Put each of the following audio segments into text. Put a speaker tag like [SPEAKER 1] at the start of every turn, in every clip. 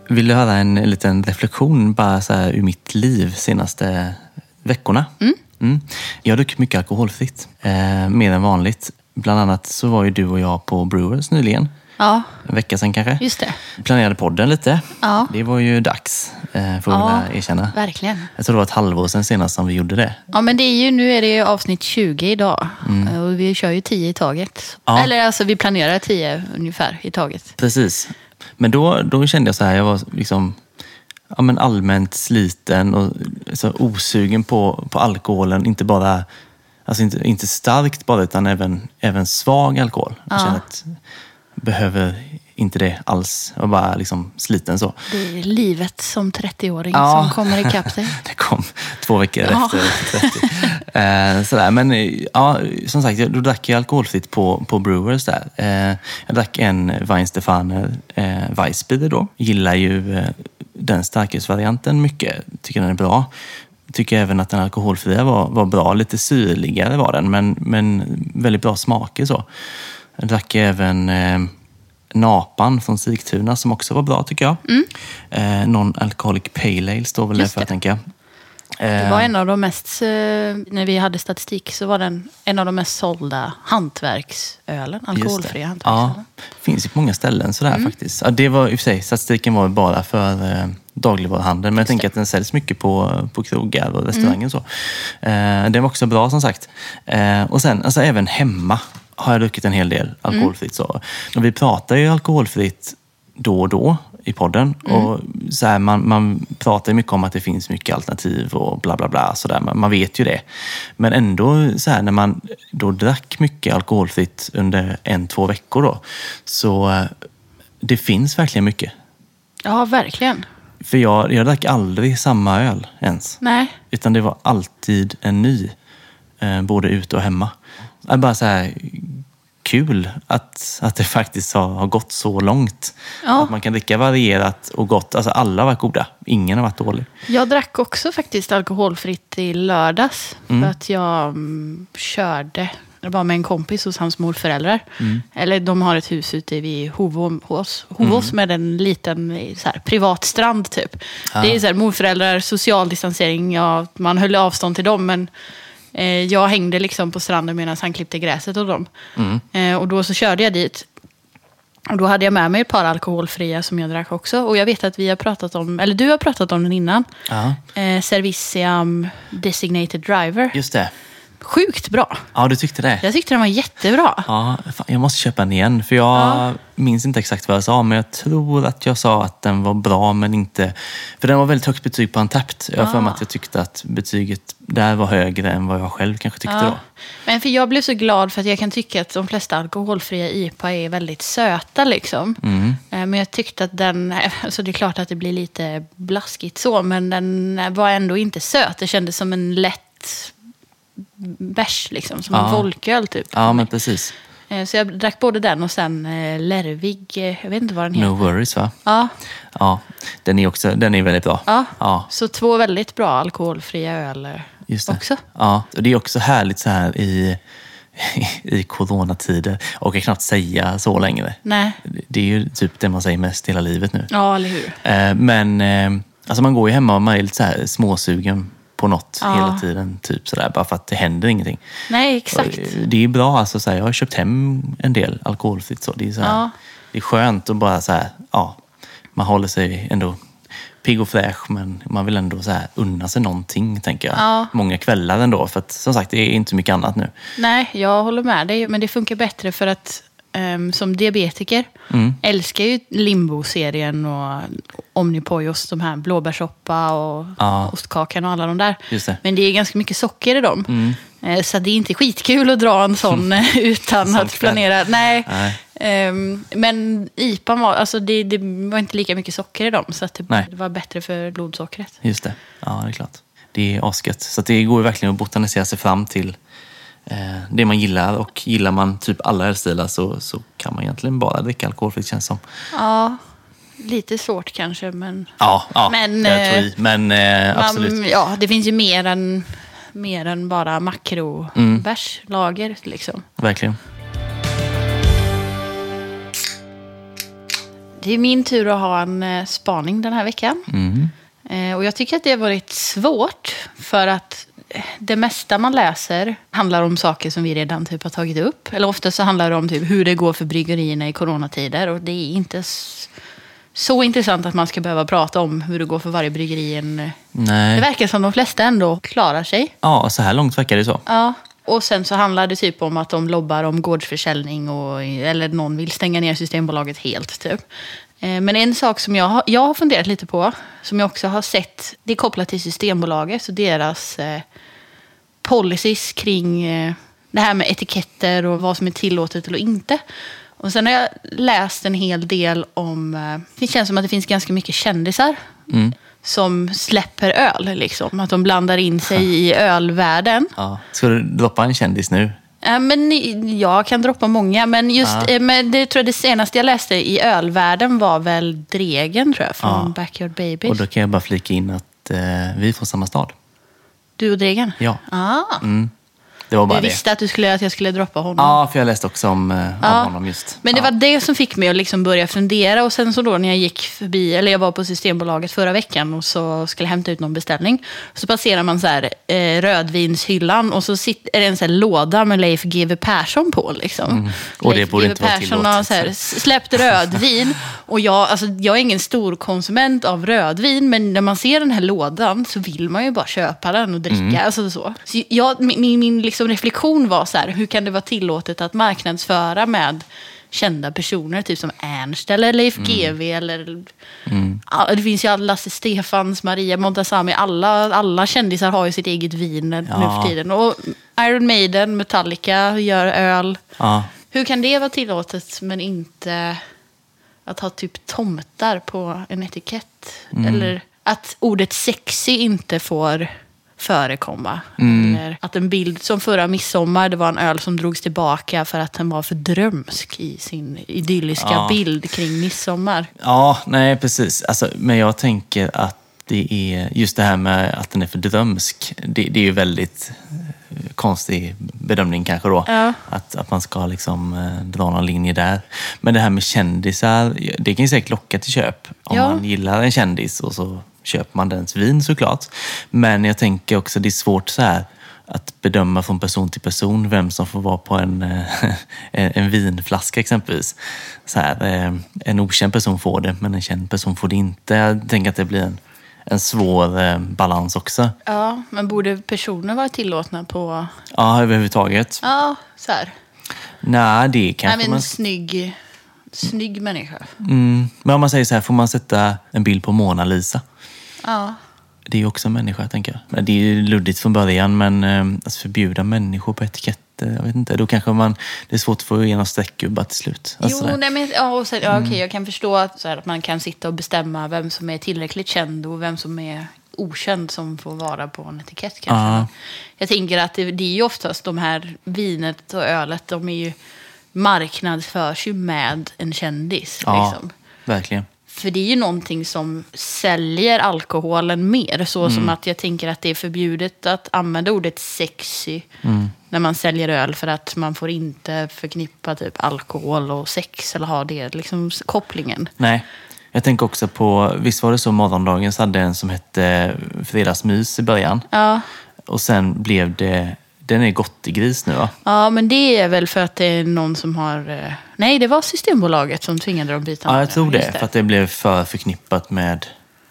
[SPEAKER 1] Vill du höra en liten reflektion bara så här ur mitt liv senaste veckorna? Jag har druckit mycket alkoholfritt, mer än vanligt. Bland annat så var ju du och jag på Brewers nyligen.
[SPEAKER 2] Ja.
[SPEAKER 1] En vecka sedan kanske.
[SPEAKER 2] Just det.
[SPEAKER 1] Planerade podden lite.
[SPEAKER 2] Ja.
[SPEAKER 1] Det var ju dags, får jag erkänna.
[SPEAKER 2] Verkligen.
[SPEAKER 1] Jag tror det var ett halvår sedan senast som vi gjorde det.
[SPEAKER 2] Ja, men nu är det ju avsnitt 20 idag. Och vi kör ju 10 i taget.
[SPEAKER 1] Ja.
[SPEAKER 2] Eller alltså vi planerar 10 ungefär i taget.
[SPEAKER 1] Precis. Men då kände jag så här, jag var liksom allmänt sliten och så osugen på alkoholen. Inte bara, alltså inte starkt bara, utan även svag alkohol. Jag kände att jag behöver inte det alls. Jag var bara liksom sliten så.
[SPEAKER 2] Det är livet som 30-åring som kommer ikapp sig.
[SPEAKER 1] Det kom 2 veckor efter 30. Sådär. Men ja, som sagt, då drack jag alkoholfritt på Brewers där. Jag drack en Weihenstephaner Weissbier då. Gillar ju den starkölsvarianten mycket. Tycker den är bra. Tycker även att den alkoholfria var bra. Lite syrligare var den, men väldigt bra smaker så. Jag drack även Napan från Sigtuna som också var bra tycker jag. Non-alcoholic pale ale står väl det för, tänker jag.
[SPEAKER 2] Det var en av de mest, när vi hade statistik så var den en av de mest sålda hantverksölen, alkoholfria hantverksölen.
[SPEAKER 1] Ja, finns ju på många ställen sådär faktiskt. Ja, det var i och för sig, statistiken var bara för dagligvaruhandeln, men jag tänker att den säljs mycket på krogar och restauranger så. Det var också bra som sagt. Och sen, alltså även hemma har jag druckit en hel del alkoholfritt så. Och vi pratar ju alkoholfritt då och då i podden. Och så här, man pratar mycket om att det finns mycket alternativ och bla bla bla. Så där. Man vet ju det. Men ändå så här, när man då drack mycket alkoholfritt under 1-2 veckor då. Så det finns verkligen mycket.
[SPEAKER 2] Ja, verkligen.
[SPEAKER 1] För jag drack aldrig samma öl ens.
[SPEAKER 2] Nej.
[SPEAKER 1] Utan det var alltid en ny. Både ute och hemma. Det är bara så här kul att det faktiskt har gått så långt.
[SPEAKER 2] Ja.
[SPEAKER 1] Att man kan dricka varierat och gott. Alltså alla har varit goda. Ingen har varit dålig.
[SPEAKER 2] Jag drack också faktiskt alkoholfritt i lördags. För att jag körde. Det var med en kompis hos hans morföräldrar. Eller de har ett hus ute vid Hovås med en liten så här, privat strand typ. Det är så här, morföräldrar, social distansering. Ja, man höll avstånd till dem, men jag hängde liksom på stranden medan han klippte gräset åt dem. Och då så körde jag dit. Och då hade jag med mig ett par alkoholfria som jag drack också. Och jag vet att vi har pratat om, eller du har pratat om den innan. Serviciam Designated Driver.
[SPEAKER 1] Just det.
[SPEAKER 2] Sjukt bra.
[SPEAKER 1] Ja, du tyckte det.
[SPEAKER 2] Jag tyckte den var jättebra.
[SPEAKER 1] Ja, fan, jag måste köpa den igen. För jag minns inte exakt vad jag sa. Men jag tror att jag sa att den var bra, men inte... För den var väldigt högt betyg på Untapped. Jag har för mig att jag tyckte att betyget där var högre än vad jag själv kanske tyckte då.
[SPEAKER 2] Men för jag blev så glad för att jag kan tycka att de flesta alkoholfria IPA är väldigt söta liksom. Men jag tyckte att den... Så det är klart att det blir lite blaskigt så, men den var ändå inte söt. Det kändes som en lätt bärs liksom, som en volköl typ.
[SPEAKER 1] Ja, men precis.
[SPEAKER 2] Så jag drack både den och sen Lervig, jag vet inte vad den heter.
[SPEAKER 1] No Worries, va?
[SPEAKER 2] Ja.
[SPEAKER 1] Ja, den är väldigt bra.
[SPEAKER 2] Ja. Så 2 väldigt bra alkoholfria öl också.
[SPEAKER 1] Ja, och det är också härligt så här i coronatider. Och jag kan knappt säga så längre.
[SPEAKER 2] Nej.
[SPEAKER 1] Det är ju typ det man säger mest hela livet nu.
[SPEAKER 2] Ja, eller hur?
[SPEAKER 1] Men alltså man går ju hemma och man är lite så här småsugen på något hela tiden, typ sådär, bara för att det händer ingenting.
[SPEAKER 2] Nej, exakt.
[SPEAKER 1] Det är bra, alltså så här, jag har köpt hem en del alkoholfritt så. Det är så här, det är skönt att bara så här, man håller sig ändå pigg och fräsch, men man vill ändå så här unna sig någonting, tänker jag. Många kvällar ändå, för att som sagt, det är inte mycket annat nu. Nej,
[SPEAKER 2] jag håller med dig, men det funkar bättre för att som diabetiker älskar ju Limbo-serien och Omnipojos, de här blåbärssoppa och ostkakan och alla de där.
[SPEAKER 1] Just det.
[SPEAKER 2] Men det är ganska mycket socker i dem. Så det är inte skitkul att dra en sån utan att planera. Nej. Men IPAn var, alltså det var inte lika mycket socker i dem, så att det var bättre för blodsockret.
[SPEAKER 1] Just det, ja det är klart. Det är asgött. Så att det går ju verkligen att botanisera sig fram till det man gillar, och gillar man typ alla ölstilar så kan man egentligen bara dricka alkoholfritt, känns som. Ja,
[SPEAKER 2] lite svårt kanske, men...
[SPEAKER 1] Men, jag tror i, men absolut.
[SPEAKER 2] Ja, det finns ju mer än bara makrovärslager liksom.
[SPEAKER 1] Verkligen.
[SPEAKER 2] Det är min tur att ha en spaning den här veckan. Och jag tycker att det har varit svårt för att det mesta man läser handlar om saker som vi redan typ har tagit upp. Eller ofta så handlar det om typ hur det går för bryggerierna i coronatider. Och det är inte så intressant att man ska behöva prata om hur det går för varje bryggeri.
[SPEAKER 1] Nej.
[SPEAKER 2] Det verkar som de flesta ändå klarar sig.
[SPEAKER 1] Ja, så här långt verkar det så.
[SPEAKER 2] Ja. Och sen så handlar det typ om att de lobbar om gårdsförsäljning eller någon vill stänga ner Systembolaget helt typ. Men en sak som jag har funderat lite på, som jag också har sett, det är kopplat till Systembolaget och deras policies kring det här med etiketter och vad som är tillåtet eller inte. Och sen har jag läst en hel del om, det känns som att det finns ganska mycket kändisar som släpper öl liksom. Att de blandar in sig i ölvärlden.
[SPEAKER 1] Ja. Ska du droppa en kändis nu?
[SPEAKER 2] Men jag kan droppa många, men just men det tror jag det senaste jag läste i ölvärlden var väl Dregen tror jag, från Backyard Babies.
[SPEAKER 1] Och då kan jag bara flika in att vi är från samma stad.
[SPEAKER 2] Du och Dregen?
[SPEAKER 1] Ja. Det var bara
[SPEAKER 2] du visste att jag skulle droppa honom.
[SPEAKER 1] Ja, för jag läste också om honom just.
[SPEAKER 2] Men det var det som fick mig att liksom börja fundera. Och sen så då när jag gick förbi, eller jag var på Systembolaget förra veckan och så skulle hämta ut någon beställning. Så passerar man så här rödvinshyllan och så är det en så här låda med Leif GW Persson på liksom.
[SPEAKER 1] Och det borde inte vara tillåtet.
[SPEAKER 2] Persson har så här släppt rödvin. Och jag är ingen stor konsument av rödvin, men när man ser den här lådan så vill man ju bara köpa den och dricka. Alltså så min liksom reflektion var så här, hur kan det vara tillåtet att marknadsföra med kända personer, typ som Ernst eller Leif GW eller det finns ju Lasse Stefans, Maria Montazami, alla kändisar har ju sitt eget vin nu för tiden. Och Iron Maiden, Metallica gör öl. Hur kan det vara tillåtet men inte att ha typ tomtar på en etikett? Eller att ordet sexy inte får förekomma. Eller att en bild som förra midsommar, det var en öl som drogs tillbaka för att den var för drömsk i sin idylliska bild kring midsommar.
[SPEAKER 1] Ja, nej precis. Alltså, men jag tänker att det är just det här med att den är för drömsk. Det är ju väldigt konstig bedömning kanske då. Ja. Att man ska liksom dra någon linje där. Men det här med kändisar, det kan ju säkert locka till köp. Om man gillar en kändis och så köper man dens vin såklart. Men jag tänker också det är svårt så här att bedöma från person till person vem som får vara på en vinflaska exempelvis. Så här, en okänd person får det, men en känd person får det inte. Jag tänker att det blir en svår balans också. Ja,
[SPEAKER 2] men borde personer vara tillåtna på...
[SPEAKER 1] Ja, överhuvudtaget.
[SPEAKER 2] Ja, så här.
[SPEAKER 1] Nej, det kanske
[SPEAKER 2] man... Snygg människa.
[SPEAKER 1] Men om man säger så här, får man sätta en bild på Mona Lisa?
[SPEAKER 2] Ja.
[SPEAKER 1] Det är ju också en människa, tänker jag. Men det är ju luddigt från början, men att förbjuda människor på etiketter, jag vet inte. Då kanske det är svårt att få igenom streckgubbar till slut. Alltså
[SPEAKER 2] okej, jag kan förstå att man kan sitta och bestämma vem som är tillräckligt känd och vem som är okänd som får vara på en etikett kanske. Jag tänker att det är ju oftast de här vinet och ölet, de är ju marknadsförs ju med en kändis.
[SPEAKER 1] Ja,
[SPEAKER 2] liksom.
[SPEAKER 1] Verkligen.
[SPEAKER 2] För det är ju någonting som säljer alkoholen mer. Så som att jag tänker att det är förbjudet att använda ordet sexy när man säljer öl. För att man får inte förknippa typ alkohol och sex eller ha det liksom kopplingen. Nej,
[SPEAKER 1] jag tänker också på, visst var det så Morgondagens hade en som hette Fredagsmys i början.
[SPEAKER 2] Ja.
[SPEAKER 1] Och sen blev det... Den är Gottegris nu, va?
[SPEAKER 2] Ja, men det är väl för att det är någon som har... Nej, det var Systembolaget som tvingade dem byta.
[SPEAKER 1] Ja, jag tror det. För att det blev för förknippat med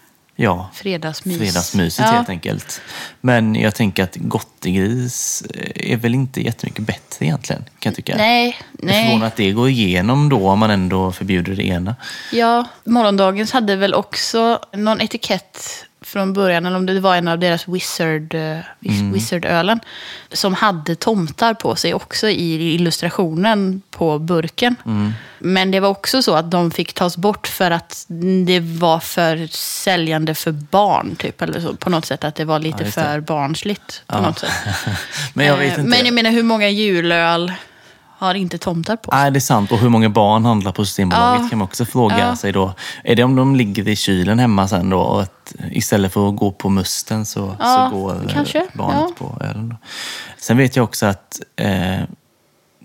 [SPEAKER 1] fredagsmyset helt enkelt. Men jag tänker att Gottegris är väl inte jättemycket bättre egentligen, kan jag tycka.
[SPEAKER 2] Nej.
[SPEAKER 1] Jag förvånar att det går igenom då om man ändå förbjuder det ena.
[SPEAKER 2] Ja, Morgondagens hade väl också någon etikett från början, eller om det var en av deras Wizard-ölen, som hade tomtar på sig också i illustrationen på burken. Men det var också så att de fick tas bort för att det var för säljande för barn, typ, eller så, på något sätt, att det var lite för barnsligt på något sätt.
[SPEAKER 1] Men jag vet inte.
[SPEAKER 2] Men jag menar, hur många julöl har inte tomtar på sig?
[SPEAKER 1] Nej, det är sant. Och hur många barn handlar på Systembolaget kan man också fråga sig då. Är det om de ligger i kylen hemma sen då, och att istället för att gå på musten så går
[SPEAKER 2] kanske.
[SPEAKER 1] barnet på ölen då. Sen vet jag också att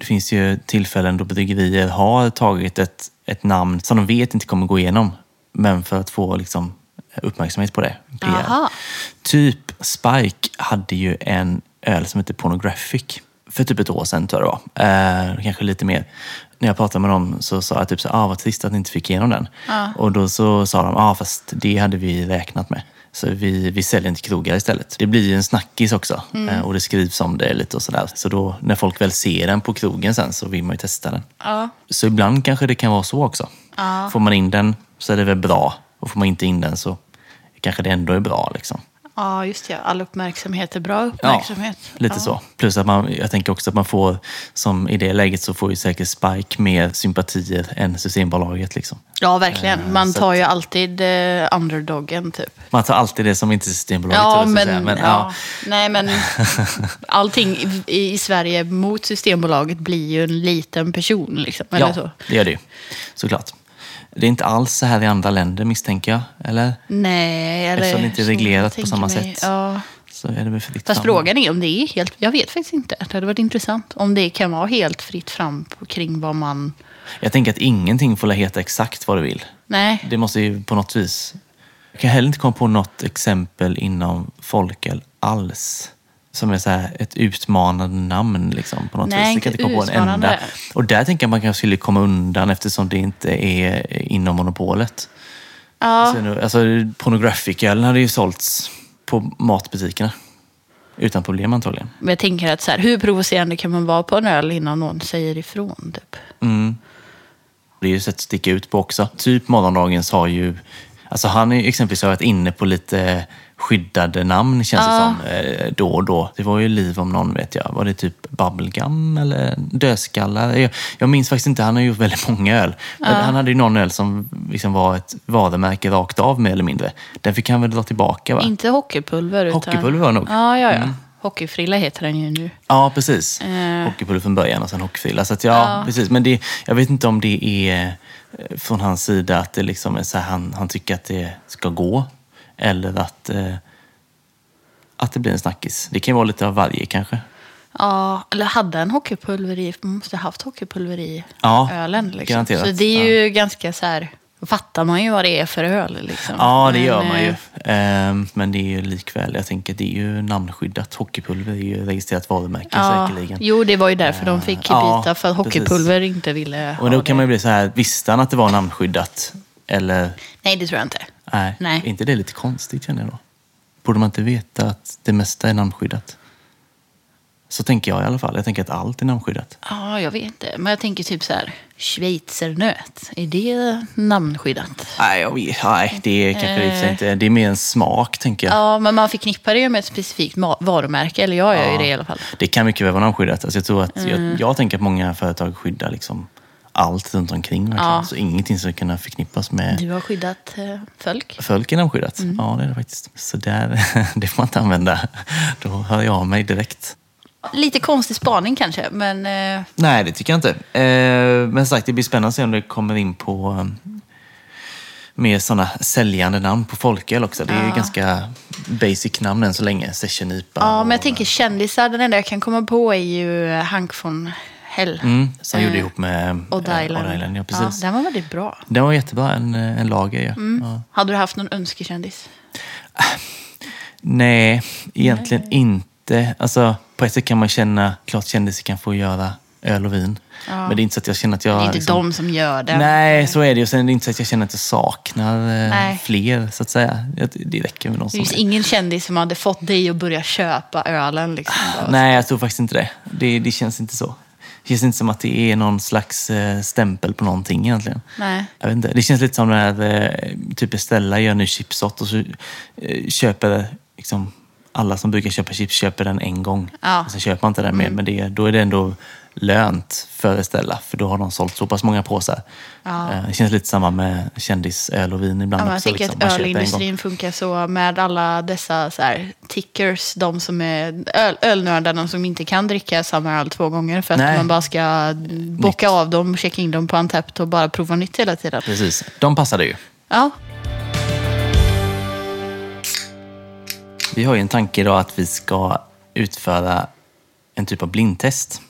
[SPEAKER 1] Det finns ju tillfällen då bryggerier har tagit ett namn som de vet inte kommer gå igenom. Men för att få liksom uppmärksamhet på det. PR. Typ Spike hade ju en öl som heter Pornographic. För typ ett år sedan tror jag det var. Kanske lite mer. När jag pratade med dem så sa jag typ så vad trist att ni inte fick igenom den. Och då så sa de, fast det hade vi räknat med. Så vi säljer inte krogar istället. Det blir ju en snackis också. Och det skrivs om det lite och sådär. Så då när folk väl ser den på krogen sen så vill man ju testa den. Så ibland kanske det kan vara så också. Får man in den så är det väl bra. Och får man inte in den så kanske det ändå är bra liksom.
[SPEAKER 2] Ja, just det. All uppmärksamhet är bra uppmärksamhet.
[SPEAKER 1] Ja, lite så. Plus att jag tänker också att man får, som i det läget så får ju säkert Spike mer sympatier än Systembolaget liksom.
[SPEAKER 2] Ja, verkligen. Man tar ju alltid underdoggen typ.
[SPEAKER 1] Man tar alltid det som inte är Systembolaget.
[SPEAKER 2] Nej, men allting i Sverige mot Systembolaget blir ju en liten person liksom. Eller så.
[SPEAKER 1] Det gör det ju. Såklart. Det är inte alls så här i andra länder misstänker jag, eller?
[SPEAKER 2] Nej, eller...
[SPEAKER 1] Eftersom det inte är reglerat på samma sätt.
[SPEAKER 2] Ja.
[SPEAKER 1] Så är det väl fritt
[SPEAKER 2] fast
[SPEAKER 1] fram.
[SPEAKER 2] Frågan är om det är helt... Jag vet faktiskt inte. Det hade varit intressant. Om det kan vara helt fritt fram kring vad man...
[SPEAKER 1] Jag tänker att ingenting får heta exakt vad du vill.
[SPEAKER 2] Nej.
[SPEAKER 1] Det måste ju på något vis... Jag kan heller inte komma på något exempel inom folköl alls. Som är så här ett utmanande namn liksom, på något vis.
[SPEAKER 2] Nej,
[SPEAKER 1] inte kan inte komma på en enda. Och där tänker jag att man kanske skulle komma undan eftersom det inte är inom monopolet.
[SPEAKER 2] Ja.
[SPEAKER 1] Alltså Pornographic-ölen hade ju sålts på matbutikerna. Utan problem antagligen.
[SPEAKER 2] Men jag tänker att så här, hur provocerande kan man vara på en öl innan någon säger ifrån typ?
[SPEAKER 1] Det är ju sätt att sticka ut på också. Typ Morgondagens har ju... Alltså han är exempelvis varit inne på lite skyddade namn känns det som då och då. Det var ju liv om någon vet jag. Var det typ bubblegum eller dödskallar? Jag minns faktiskt inte, han har gjort väldigt många öl. Men han hade ju någon öl som liksom var ett varumärke rakt av mer eller mindre. Den fick han väl dra tillbaka va?
[SPEAKER 2] Inte hockeypulver utan...
[SPEAKER 1] Hockeypulver var nog.
[SPEAKER 2] Ja. Hockeyfrilla heter den ju nu.
[SPEAKER 1] Ja, precis. Hockeypulver från början och sen hockeyfrilla. Så att precis. Men jag vet inte om det är från hans sida att det liksom är så här, han tycker att det ska gå. Eller att det blir en snackis. Det kan ju vara lite av varje kanske.
[SPEAKER 2] Ja, eller hade en hockeypulver i... Man måste ha haft hockeypulver i ölen. Liksom.
[SPEAKER 1] Garanterat.
[SPEAKER 2] Så det är ju ganska så här... Då fattar man ju vad det är för öl. Liksom.
[SPEAKER 1] Ja, det gör man ju. Men det är ju likväl. Jag tänker det är ju namnskyddat. Hockeypulver är ju registrerat varumärke säkerligen.
[SPEAKER 2] Jo, det var ju därför de fick byta. För att hockeypulver inte ville ha.
[SPEAKER 1] Och då kan man ju bli så här, visste han att det var namnskyddat? Eller...
[SPEAKER 2] Nej, det tror jag inte.
[SPEAKER 1] Nej. Är inte det lite konstigt känner jag då? Borde man inte veta att det mesta är namnskyddat? Så tänker jag i alla fall. Jag tänker att allt är namnskyddat.
[SPEAKER 2] Ja, jag vet inte. Men jag tänker typ så här, schweizernöt. Är det namnskyddat?
[SPEAKER 1] Nej, det är kanske det inte. Det är mer en smak, tänker jag.
[SPEAKER 2] Ja, men man förknippar det ju med ett specifikt varumärke. Eller jag gör ju det i alla fall.
[SPEAKER 1] Det kan mycket väl vara namnskyddat. Alltså jag tror att jag tänker att många företag skyddar liksom allt runt omkring. Verkligen. Så ingenting som kunna förknippas med...
[SPEAKER 2] Du har skyddat Fölk.
[SPEAKER 1] Fölk är namnskyddat. Ja, det är det faktiskt. Så där, det får man inte använda. Då hör jag av mig direkt.
[SPEAKER 2] Lite konstig spaning kanske, men...
[SPEAKER 1] Nej, det tycker jag inte. Men sagt, det blir spännande att se om det kommer in på mer sådana säljande namn på folköl också. Det är ju ganska basic namn än så länge. Session IPA.
[SPEAKER 2] Ja, men jag tänker kändisar. Den enda jag kan komma på är ju Hank von Hell.
[SPEAKER 1] Som gjorde ihop med
[SPEAKER 2] Odd Island.
[SPEAKER 1] Ja, precis.
[SPEAKER 2] Den var väldigt bra.
[SPEAKER 1] Den var jättebra, en lager. Ja.
[SPEAKER 2] Hade du haft någon önskekändis?
[SPEAKER 1] Nej, egentligen inte. Alltså, på ett sätt kan man känna, klart kändisar kan få göra öl och vin. Ja. Men det är inte så att jag känner att jag...
[SPEAKER 2] Det är inte liksom, de som gör det.
[SPEAKER 1] Nej, så är det ju. Sen är det inte så att jag känner att jag saknar fler, så att säga. Det räcker med någon som...
[SPEAKER 2] Det finns ingen kändis som hade fått dig att börja köpa ölen. Liksom,
[SPEAKER 1] nej, jag tror faktiskt inte det. Det känns inte så. Det känns inte som att det är någon slags stämpel på någonting egentligen. Nej. Jag vet inte. Det känns lite som när typ Estella gör nu chipsort och så köper liksom... Alla som brukar köpa chips köper den en gång. Ja. Och sen köper man inte den mer. Men då är det ändå lönt för Estella. För då har de sålt så pass många påsar. Ja. Det känns lite samma med kändisöl och vin ibland också.
[SPEAKER 2] Jag tänker liksom, att ölindustrin funkar så med alla dessa så här, tickers. De som är ölnördarna som inte kan dricka samma öl 2 gånger. För att man bara ska bocka av dem, checka in dem på Antept och bara prova nytt hela tiden.
[SPEAKER 1] Precis, de passade ju.
[SPEAKER 2] Ja.
[SPEAKER 1] Vi har ju en tanke idag att vi ska utföra en typ av blindtest.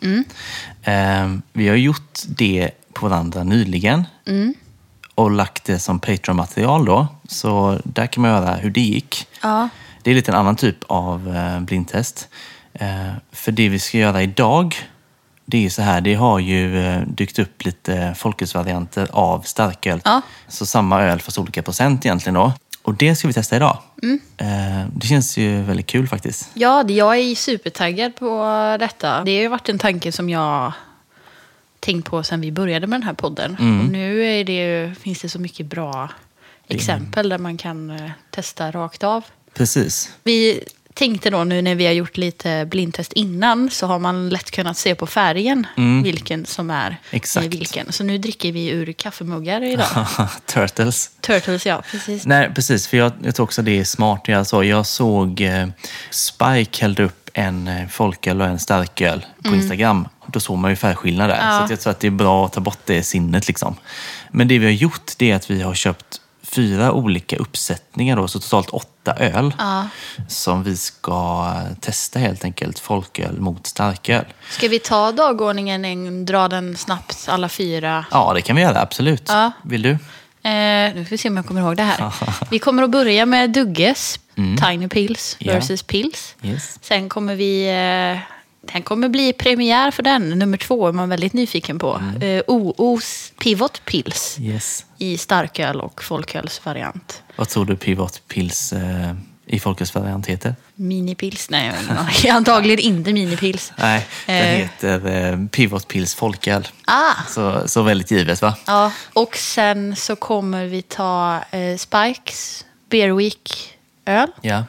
[SPEAKER 1] Vi har gjort det på varandra nyligen. Och lagt det som Patreon-material då. Så där kan man höra hur det gick.
[SPEAKER 2] Ja.
[SPEAKER 1] Det är lite en annan typ av blindtest. För det vi ska göra idag, det är så här. Det har ju dykt upp lite folkölsvarianter av starköl.
[SPEAKER 2] Ja.
[SPEAKER 1] Så samma öl fast olika procent egentligen då. Och det ska vi testa idag. Det känns ju väldigt kul faktiskt.
[SPEAKER 2] Ja, jag är supertaggad på detta. Det har ju varit en tanke som jag tänkt på sedan vi började med den här podden. Och nu är finns det så mycket bra exempel där man kan testa rakt av.
[SPEAKER 1] Precis.
[SPEAKER 2] Vi tänkte då nu när vi har gjort lite blindtest innan så har man lätt kunnat se på färgen vilken som är
[SPEAKER 1] Exakt.
[SPEAKER 2] vilken. Så nu dricker vi ur kaffemuggar idag.
[SPEAKER 1] Turtles.
[SPEAKER 2] Turtles, ja, precis.
[SPEAKER 1] Nej, precis. För jag tror också det är smart. Jag såg Spike hällde upp en folköl och en starköl på Instagram. Då såg man ju färgskillnad där.
[SPEAKER 2] Ja.
[SPEAKER 1] Så att jag tror att det är bra att ta bort det sinnet liksom. Men det vi har gjort det är att vi har köpt 4 olika uppsättningar då, så totalt 8 öl som vi ska testa helt enkelt, folköl mot starköl.
[SPEAKER 2] Ska vi ta dagordningen, dra den snabbt alla 4?
[SPEAKER 1] Ja, det kan vi göra, absolut.
[SPEAKER 2] Ja.
[SPEAKER 1] Vill du?
[SPEAKER 2] Nu får vi se om jag kommer ihåg det här. Vi kommer att börja med Dugges, Tiny Pils versus Pils.
[SPEAKER 1] Yes.
[SPEAKER 2] Sen kommer vi... Den kommer bli premiär för den. Nummer 2 är man väldigt nyfiken på. OOs Pivot Pils
[SPEAKER 1] Yes.
[SPEAKER 2] i starköl och folkölsvariant.
[SPEAKER 1] Vad tror du Pivot Pils i folkölsvariant heter?
[SPEAKER 2] Minipils? Nej, jag har ingen aning. Antagligen inte minipils.
[SPEAKER 1] Nej, den heter Pivot Pils folköl. Så väldigt givet, va?
[SPEAKER 2] Ja, och sen så kommer vi ta Spikes Beer Week-öl.
[SPEAKER 1] Ja.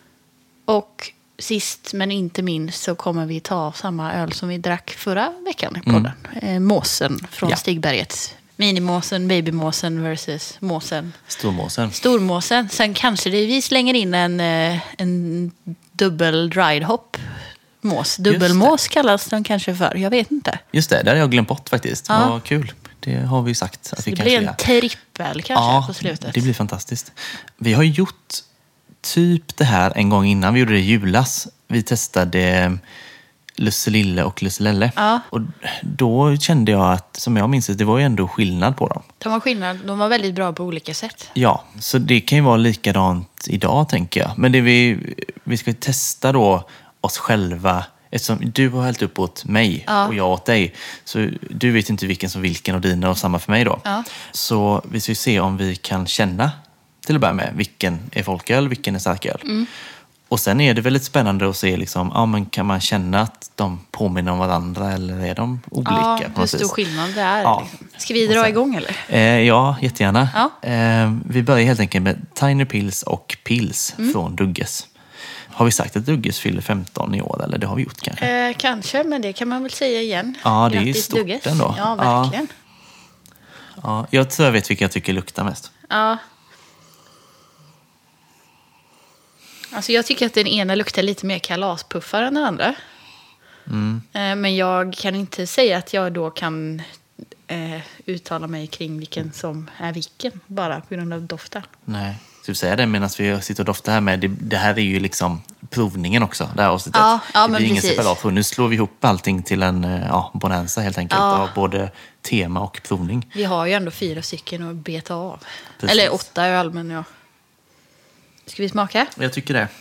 [SPEAKER 2] Och sist men inte minst så kommer vi ta samma öl som vi drack förra veckan i podden. Måsen från Stigberget. Minimåsen, babymåsen versus måsen. Stormåsen. Sen kanske vi slänger in en dubbel dried hop mås. Dubbelmås kallas den kanske för. Jag vet inte.
[SPEAKER 1] Just det, där har jag glömt bort faktiskt.
[SPEAKER 2] Ja.
[SPEAKER 1] Vad kul. Det har vi sagt att vi
[SPEAKER 2] det
[SPEAKER 1] kanske
[SPEAKER 2] blir
[SPEAKER 1] gör.
[SPEAKER 2] en trippel kanske på slutet.
[SPEAKER 1] Det blir fantastiskt. Vi har gjort typ det här en gång innan. Vi gjorde det i julas. Vi testade Lusselille och Lusselelle.
[SPEAKER 2] Ja.
[SPEAKER 1] Och då kände jag att, som jag minns det, var ju ändå skillnad på dem.
[SPEAKER 2] De var väldigt bra på olika sätt.
[SPEAKER 1] Ja, så det kan ju vara likadant idag tänker jag. Men det vi ska testa då oss själva. Eftersom du har hällt upp åt mig och jag åt dig. Så du vet inte vilken som vilken och dina och samma för mig då.
[SPEAKER 2] Ja.
[SPEAKER 1] Så vi ska se om vi kan känna till att börja med vilken är folköl, vilken är starköl. Och sen är det väldigt spännande att se liksom, men kan man känna att de påminner om varandra eller är de olika?
[SPEAKER 2] Ja,
[SPEAKER 1] på något
[SPEAKER 2] hur stor
[SPEAKER 1] vis?
[SPEAKER 2] skillnad det är.
[SPEAKER 1] Ja.
[SPEAKER 2] Liksom. Ska vi dra igång eller?
[SPEAKER 1] Ja, jättegärna.
[SPEAKER 2] Ja.
[SPEAKER 1] Vi börjar helt enkelt med Tiny Pils och Pils från Dugges. Har vi sagt att Dugges fyller 15 i år eller det har vi gjort kanske?
[SPEAKER 2] Kanske, men det kan man väl säga igen.
[SPEAKER 1] Ja, det är ju
[SPEAKER 2] Grattis,
[SPEAKER 1] stort
[SPEAKER 2] Dugges.
[SPEAKER 1] ändå.
[SPEAKER 2] Ja, verkligen.
[SPEAKER 1] Ja, jag tror jag vet vilka jag tycker luktar mest.
[SPEAKER 2] Ja. Alltså jag tycker att den ena luktar lite mer kalaspuffar än den andra. Men jag kan inte säga att jag då kan uttala mig kring vilken som är vilken. Bara på grund av doften.
[SPEAKER 1] Nej, ska vi säga det medan vi sitter och doftar här med. Det här är ju liksom provningen också. Det här avsnittet.
[SPEAKER 2] Ja,
[SPEAKER 1] det
[SPEAKER 2] men
[SPEAKER 1] blir ingen
[SPEAKER 2] precis.
[SPEAKER 1] separat. Nu slår vi ihop allting till en bonanza helt enkelt.
[SPEAKER 2] Ja.
[SPEAKER 1] Av både tema och provning.
[SPEAKER 2] Vi har ju ändå 4 stycken att beta av.
[SPEAKER 1] Precis.
[SPEAKER 2] Eller 8 öl, men ja. Ska vi smaka?
[SPEAKER 1] Jag tycker det.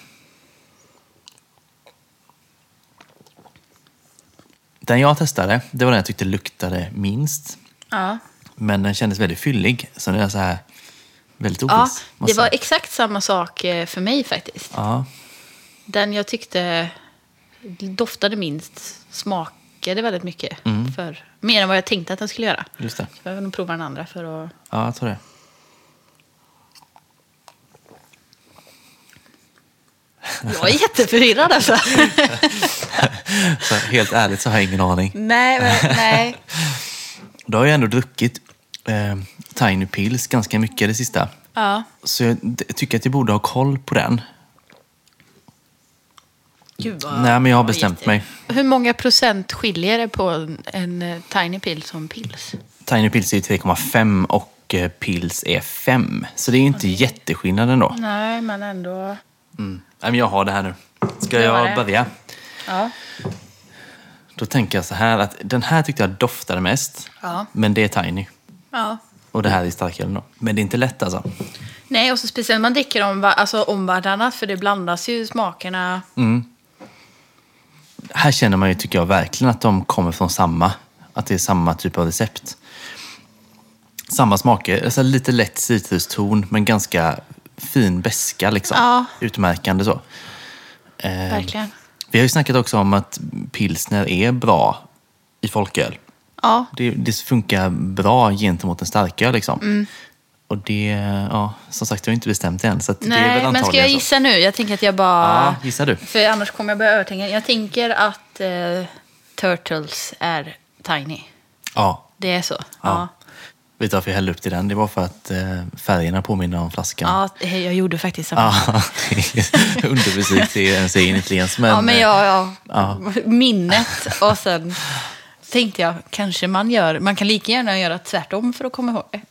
[SPEAKER 1] Den jag testade, det var den jag tyckte luktade minst.
[SPEAKER 2] Ja.
[SPEAKER 1] Men den kändes väldigt fyllig. Så den är så här väldigt oviss.
[SPEAKER 2] Ja,
[SPEAKER 1] måste
[SPEAKER 2] det var
[SPEAKER 1] jag säga.
[SPEAKER 2] exakt samma sak för mig faktiskt.
[SPEAKER 1] Ja,
[SPEAKER 2] Den jag tyckte doftade minst smakade väldigt mycket. Mer än vad jag tänkte att den skulle göra.
[SPEAKER 1] just det.
[SPEAKER 2] Så jag vill nog prova den andra för att...
[SPEAKER 1] Ja, jag tror det.
[SPEAKER 2] Jag är jätteförvirrad alltså.
[SPEAKER 1] Så helt ärligt så har jag ingen aning.
[SPEAKER 2] Nej.
[SPEAKER 1] Då har jag ändå druckit Tiny Pils ganska mycket det sista.
[SPEAKER 2] Ja.
[SPEAKER 1] Så jag tycker att jag borde ha koll på den.
[SPEAKER 2] Gud,
[SPEAKER 1] Nej, men jag har bestämt mig.
[SPEAKER 2] Hur många procent skiljer det på en Tiny Pill som Pils?
[SPEAKER 1] Tiny Pils är 3,5 och Pils är 5. Så det är inte jätteskillnad ändå.
[SPEAKER 2] Nej, men ändå...
[SPEAKER 1] Nej, men jag har det här nu. Ska
[SPEAKER 2] Det var
[SPEAKER 1] jag
[SPEAKER 2] det.
[SPEAKER 1] börja?
[SPEAKER 2] Ja.
[SPEAKER 1] Då tänker jag så här att den här tyckte jag doftade mest.
[SPEAKER 2] Ja.
[SPEAKER 1] Men det är Tiny.
[SPEAKER 2] Ja.
[SPEAKER 1] Och det här är starkölen då. Men det är inte lätt alltså.
[SPEAKER 2] Nej, och så speciellt man dricker om vartannat, för det blandas ju smakerna.
[SPEAKER 1] Här känner man ju, tycker jag, verkligen att de kommer från samma. Att det är samma typ av recept. Samma smaker, alltså lite lätt citruston, men ganska fin beska liksom.
[SPEAKER 2] Ja.
[SPEAKER 1] Utmärkande så.
[SPEAKER 2] Verkligen.
[SPEAKER 1] Vi har ju snackat också om att pilsner är bra i folköl.
[SPEAKER 2] Ja.
[SPEAKER 1] Det funkar bra gentemot en starköl liksom. Och det, ja, som sagt, jag har inte bestämt än. Så att det är väl
[SPEAKER 2] Nej,
[SPEAKER 1] antagligen
[SPEAKER 2] men ska jag gissa nu? Jag tänker att jag bara...
[SPEAKER 1] Ja, gissar du.
[SPEAKER 2] För annars kommer jag börja övertänka. Jag tänker att Turtles är Tiny.
[SPEAKER 1] Ja.
[SPEAKER 2] Det är så?
[SPEAKER 1] Ja. Vet du varför jag hällde upp till den? Det var för att färgerna påminner om flaskan.
[SPEAKER 2] Ja, jag gjorde faktiskt samma.
[SPEAKER 1] Ja, undermusik till en scen inte ens. Men,
[SPEAKER 2] ja, men ja. Minnet. Och sen tänkte jag, kanske man kan lika gärna göra tvärtom för att komma ihåg det.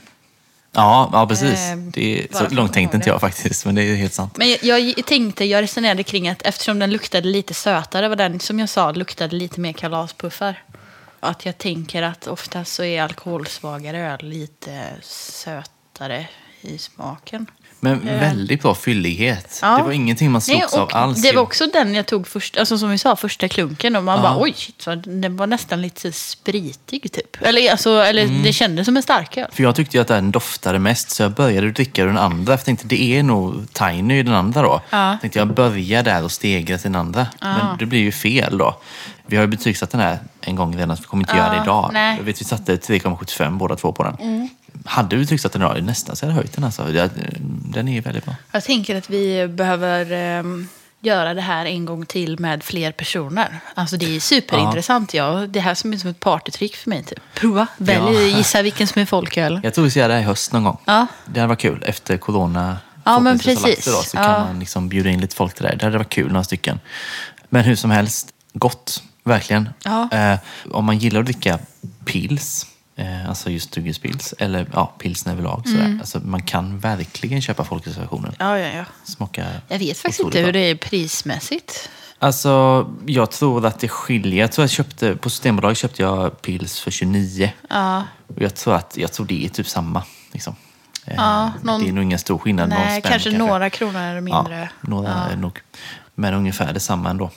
[SPEAKER 1] Ja, precis. Det är, så
[SPEAKER 2] för
[SPEAKER 1] långt
[SPEAKER 2] att
[SPEAKER 1] tänkte
[SPEAKER 2] komma
[SPEAKER 1] inte
[SPEAKER 2] ihåg
[SPEAKER 1] jag faktiskt, men det är helt sant.
[SPEAKER 2] Men jag resonerade kring att eftersom den luktade lite sötare, var den som jag sa luktade lite mer kalaspuffar. Att jag tänker att oftast så är alkoholsvagare öl lite sötare i smaken.
[SPEAKER 1] Men väldigt bra fyllighet.
[SPEAKER 2] Ja.
[SPEAKER 1] Det var ingenting man slogs av alls.
[SPEAKER 2] Det var också den jag tog först, alltså som vi sa, första klunken. Och man bara, oj, shit, den var nästan lite spritig typ. Eller det kändes som en starköl.
[SPEAKER 1] För jag tyckte ju att den doftade mest, så jag började dricka den andra. För jag tänkte, det är nog Tiny i den andra då.
[SPEAKER 2] Ja.
[SPEAKER 1] Tänkte jag börjar där och stegra till den andra. Men det blir ju fel då. Vi har ju betygsatt den här en gång redan, så vi kommer inte göra det idag.
[SPEAKER 2] Nej.
[SPEAKER 1] Jag vet, vi satte 3,75 båda två på den. Hade vi betygsatt den idag, nästan så hade jag höjt den alltså. Den är väldigt bra.
[SPEAKER 2] Jag tänker att vi behöver göra det här en gång till med fler personer. Alltså det är superintressant. Ja. Det här som är som ett partytrick för mig. Typ. Prova, välj, gissa vilken som är folköl.
[SPEAKER 1] Jag tror vi ska göra det här i höst någon gång.
[SPEAKER 2] Ja.
[SPEAKER 1] Det hade varit kul efter corona.
[SPEAKER 2] Ja, men
[SPEAKER 1] förhoppningsvis
[SPEAKER 2] precis.
[SPEAKER 1] har lagt sig då, så kan man liksom bjuda in lite folk till det. Det hade varit kul, några stycken. Men hur som helst, gott. Verkligen.
[SPEAKER 2] Ja.
[SPEAKER 1] Om man gillar att dricka pils, alltså just Stuggelspils, eller pilsner överlag, sådär. Alltså, man kan verkligen köpa folkreservationen.
[SPEAKER 2] Ja.
[SPEAKER 1] Smakar
[SPEAKER 2] Jag vet faktiskt
[SPEAKER 1] otroligt
[SPEAKER 2] inte hur
[SPEAKER 1] bra.
[SPEAKER 2] det är prismässigt.
[SPEAKER 1] Alltså, jag tror att det skiljer. Jag tror på Systembolaget köpte jag pils för 29.
[SPEAKER 2] Ja.
[SPEAKER 1] Och jag tror det är typ samma. Liksom. Det är nog ingen stor skillnad. Någon
[SPEAKER 2] Nej,
[SPEAKER 1] spänn,
[SPEAKER 2] kanske några kronor mindre.
[SPEAKER 1] Ja, några är nog. Men ungefär detsamma ändå.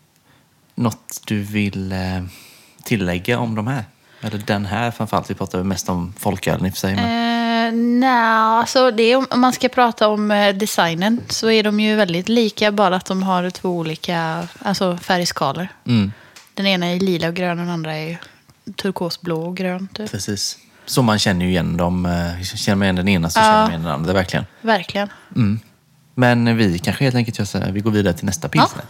[SPEAKER 1] Något du vill tillägga om de här? Eller den här framförallt. Vi pratar mest om folkölen i och för sig. Men...
[SPEAKER 2] Nej, alltså det är, om man ska prata om designen så är de ju väldigt lika, bara att de har två olika färgskalor. Den ena är lila och grön och den andra är turkosblå och grön. Typ.
[SPEAKER 1] Precis. Så man känner ju igen dem. Känner man igen den ena så känner man igen den andra, verkligen.
[SPEAKER 2] Verkligen.
[SPEAKER 1] Men vi kanske helt enkelt gör så här, vi går vidare till nästa pilsner.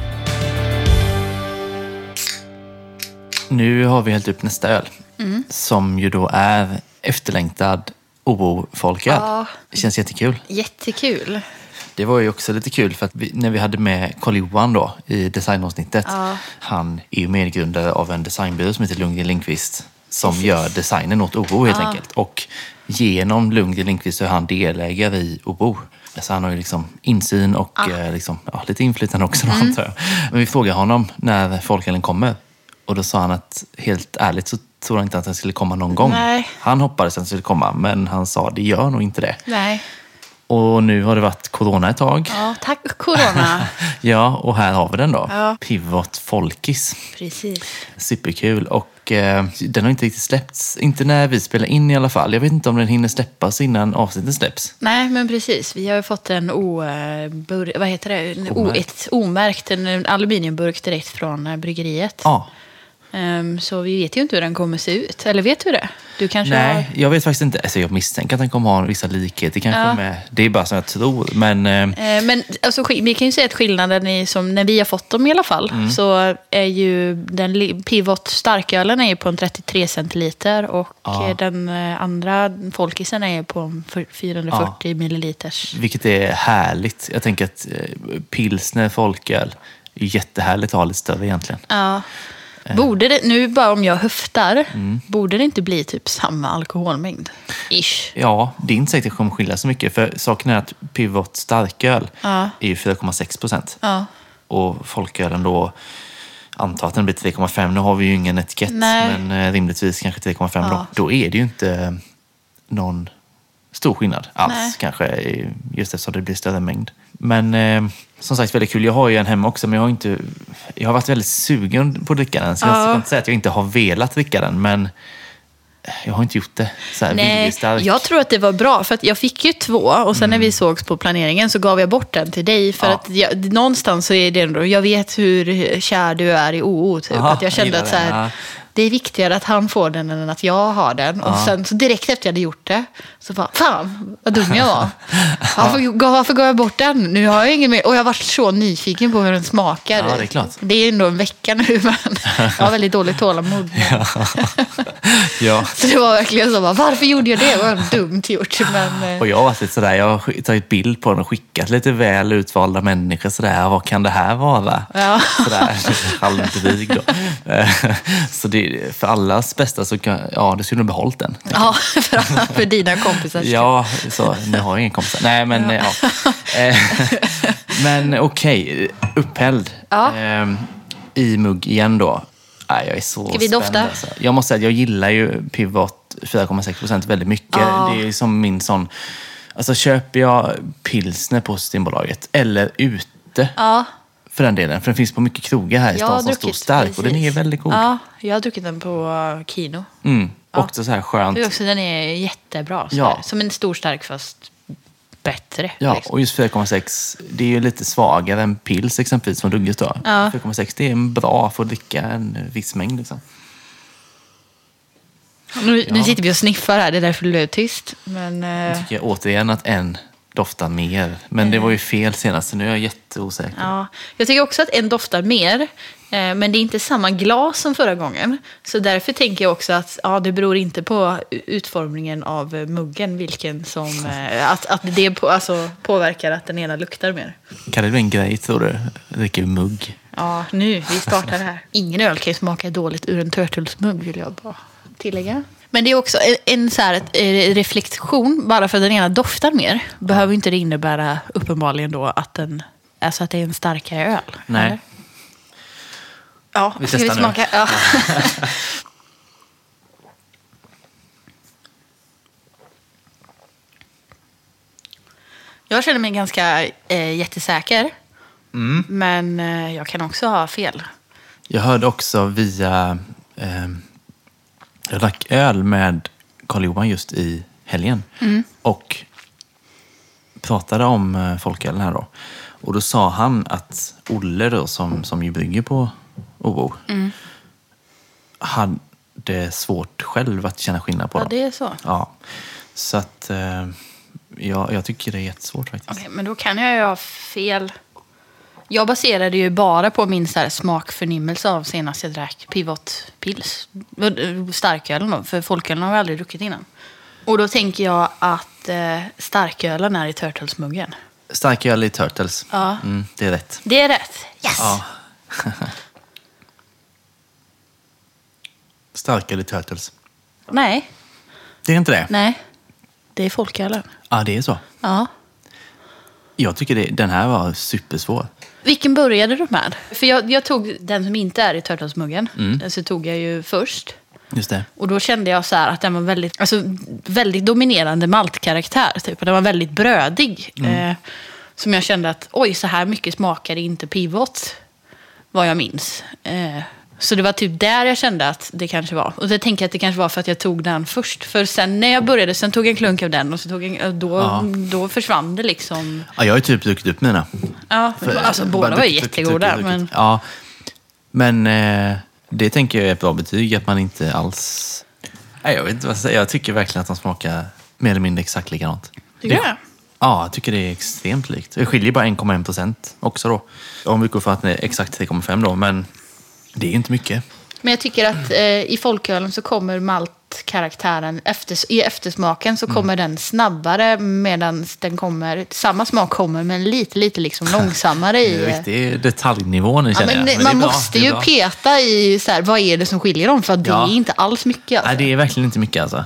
[SPEAKER 1] Nu har vi hällt upp nästa öl. Som ju då är efterlängtad OO-folköl.
[SPEAKER 2] Ja.
[SPEAKER 1] Det känns jättekul.
[SPEAKER 2] Jättekul.
[SPEAKER 1] Det var ju också lite kul för att när vi hade med Carl-Johan då i designavsnittet. Han är ju medgrundare av en designbyrå som heter Lundgren Lindqvist. Som gör designen åt OO helt enkelt. Och genom Lundgren Lindqvist så är han delägare i OO. Så han har ju liksom insyn och lite inflytande också då, antar jag. Men vi frågade honom när folkölen kommer. Och då sa han att helt ärligt så tror han inte att den skulle komma någon gång.
[SPEAKER 2] Nej.
[SPEAKER 1] Han hoppades att den skulle komma, men han sa det gör nog inte det.
[SPEAKER 2] Nej.
[SPEAKER 1] Och nu har det varit corona ett tag.
[SPEAKER 2] Ja, tack corona.
[SPEAKER 1] Ja, och här har vi den då.
[SPEAKER 2] Ja.
[SPEAKER 1] Pivot Folkis.
[SPEAKER 2] Precis.
[SPEAKER 1] Superkul. Och den har inte riktigt släppts. Inte när vi spelar in i alla fall. Jag vet inte om den hinner släppas innan avsnittet släpps.
[SPEAKER 2] Nej, men precis. Vi har ju fått en omärkt, en aluminiumburk direkt från bryggeriet.
[SPEAKER 1] Ja.
[SPEAKER 2] Så vi vet ju inte hur den kommer se ut. Eller vet du det? Du kanske
[SPEAKER 1] Nej, jag vet faktiskt inte. Alltså jag misstänker att den kommer ha vissa likheter kanske med. Det är bara som jag tror. Men
[SPEAKER 2] alltså, vi kan ju säga att skillnaden är som när vi har fått dem i alla fall. Så är ju den Pivot starkölen är ju på en 33 centiliter. Och den andra folkisen är på en 440 milliliters.
[SPEAKER 1] Vilket är härligt. Jag tänker att pilsner, folköl är jättehärligt att ha lite större egentligen.
[SPEAKER 2] Ja. Borde det, nu bara om jag höftar, borde det inte bli typ samma alkoholmängd? Ish.
[SPEAKER 1] Ja, det är inte säkert att det kommer skilja så mycket. För saken är att Pivot starköl är ju 4,6%.
[SPEAKER 2] Ja.
[SPEAKER 1] Och folkölen då, antar att den blir 3,5. Nu har vi ju ingen etikett, men rimligtvis kanske 3,5 då. Då är det ju inte någon stor skillnad alls kanske, just eftersom det blir större mängd. Men som sagt, väldigt kul. Jag har ju en hemma också, men jag har varit väldigt sugen på att dricka den. Så jag ska inte säga att jag inte har velat dricka den, men jag har inte gjort det så här.
[SPEAKER 2] Nej, jag tror att det var bra, för att jag fick ju 2 och sen när vi sågs på planeringen så gav jag bort den till dig, för att någonstans så är det ändå, jag vet hur kär du är i OO typ. Att jag kände att så här, det är viktigare att han får den än att jag har den. Och sen så direkt efter jag hade gjort det så bara, fan vad dum jag var. Varför gav jag bort den? Nu har jag ingen mer. Och jag har varit så nyfiken på hur den smakar.
[SPEAKER 1] Ja, det är klart.
[SPEAKER 2] Det är ändå en vecka nu, men jag har väldigt dåligt tålamod.
[SPEAKER 1] Ja.
[SPEAKER 2] Så det var verkligen så, varför gjorde jag det? Det var dumt gjort. Men...
[SPEAKER 1] Och jag har varit lite sådär, jag har tagit bild på den och skickat lite väl utvalda människor sådär, vad kan det här vara?
[SPEAKER 2] Ja.
[SPEAKER 1] Sådär, halvdryg då. Så det, för allas bästa så kan, det skulle nog behållit den.
[SPEAKER 2] Ja, för dina kompisar.
[SPEAKER 1] Ja, så nu har jag ingen kompisar. Nej, men men okej, upphälld. I mugg igen då. Nej, jag är så
[SPEAKER 2] ska vi dofta?
[SPEAKER 1] Alltså. Jag måste säga att jag gillar ju Pivot 4,6% väldigt mycket. Det är som min sån... Alltså köper jag pilsner på Systembolaget eller ute för den delen. För den finns på mycket krogar här i stan som står stark. Precis. Och den är väldigt god.
[SPEAKER 2] Ja, jag har druckit den på Kino.
[SPEAKER 1] Också så här skönt.
[SPEAKER 2] Också, den är jättebra. Som en stor stark fast bättre.
[SPEAKER 1] Ja,
[SPEAKER 2] liksom.
[SPEAKER 1] och just 4,6 det är ju lite svagare än pils exempelvis som Dugges då. 4,6 det är en bra för att dricka en viss mängd liksom.
[SPEAKER 2] Nu sitter vi och sniffar här, det är därför det blev tyst. Men,
[SPEAKER 1] jag tycker återigen att en doftar mer. Men det var ju fel senast, så nu är jag jätteosäker.
[SPEAKER 2] Ja, jag tycker också att en doftar mer. Men det är inte samma glas som förra gången. Så därför tänker jag också att det beror inte på utformningen av muggen. Vilken som, att det påverkar att den ena luktar mer.
[SPEAKER 1] Kan det bli en grej, tror du? Dricka mugg.
[SPEAKER 2] Ja, vi startar här. Ingen öl kan ju smaka dåligt ur en Turtles-mugg, vill jag bara tillägga. Men det är också en så här reflektion. Bara för att den ena doftar mer behöver inte det innebära uppenbarligen då att den, alltså att det är en starkare öl.
[SPEAKER 1] Nej.
[SPEAKER 2] Eller? Ja,
[SPEAKER 1] vi
[SPEAKER 2] ska
[SPEAKER 1] testar
[SPEAKER 2] vi smaka? Ja. Jag känner mig ganska jättesäker. Men jag kan också ha fel.
[SPEAKER 1] Jag hörde också via... jag drack öl med Carl-Johan just i helgen. Och pratade om folkölen här då. Och då sa han att Olle då, som ju brygger på OO, hade svårt själv att känna skillnad på dem.
[SPEAKER 2] Ja, det är så.
[SPEAKER 1] Ja, så att jag tycker det är jättesvårt faktiskt.
[SPEAKER 2] Okej, men då kan jag ju ha fel. Jag baserade ju bara på min så här smakförnimmelse av senast jag drack Pivot Pils. Starkölen då, för folkölen har jag aldrig druckit innan. Och då tänker jag att starkölen är i Turtles-muggen.
[SPEAKER 1] Starköl i Turtles.
[SPEAKER 2] Ja.
[SPEAKER 1] Det är rätt.
[SPEAKER 2] Det är rätt. Yes!
[SPEAKER 1] Ja. Starköl i Turtles.
[SPEAKER 2] Nej.
[SPEAKER 1] Det är inte det?
[SPEAKER 2] Nej. Det är folkölen.
[SPEAKER 1] Ja, det är så.
[SPEAKER 2] Ja.
[SPEAKER 1] Jag tycker den här var supersvår.
[SPEAKER 2] Vilken började du med? För jag tog den som inte är i Turtles-muggen. Så tog jag ju först.
[SPEAKER 1] Just det.
[SPEAKER 2] Och då kände jag så här att den var väldigt dominerande maltkaraktär. Typ. Den var väldigt brödig. Som jag kände att så här mycket smakade inte Pivot. Vad jag minns. Så det var typ där jag kände att det kanske var. Och det tänker jag att det kanske var för att jag tog den först. För sen när jag började, sen tog jag en klunk av den. Och så då försvann det liksom.
[SPEAKER 1] Ja, jag har ju typ druckit upp mina.
[SPEAKER 2] Ja, alltså båda var ju jättegoda. Men...
[SPEAKER 1] Ja, men det tänker jag är ett bra betyg. Att man inte alls... Nej, jag vet inte vad jag säger. Jag tycker verkligen att de smakar mer eller mindre exakt likadant.
[SPEAKER 2] Tycker du det?
[SPEAKER 1] Ja, jag tycker det är extremt likt. Det skiljer bara 1,1% också då. Om vi går för att det är exakt 3,5 då, men det är inte mycket.
[SPEAKER 2] Men jag tycker att i folkölen så kommer maltkaraktären i eftersmaken så kommer den snabbare medan den kommer, samma smak kommer men lite liksom långsammare i...
[SPEAKER 1] Det är riktigt detaljnivån känner jag.
[SPEAKER 2] Men man måste ju peta i så här, vad är det som skiljer dem, för det är inte alls mycket. Alltså.
[SPEAKER 1] Nej, det är verkligen inte mycket alltså.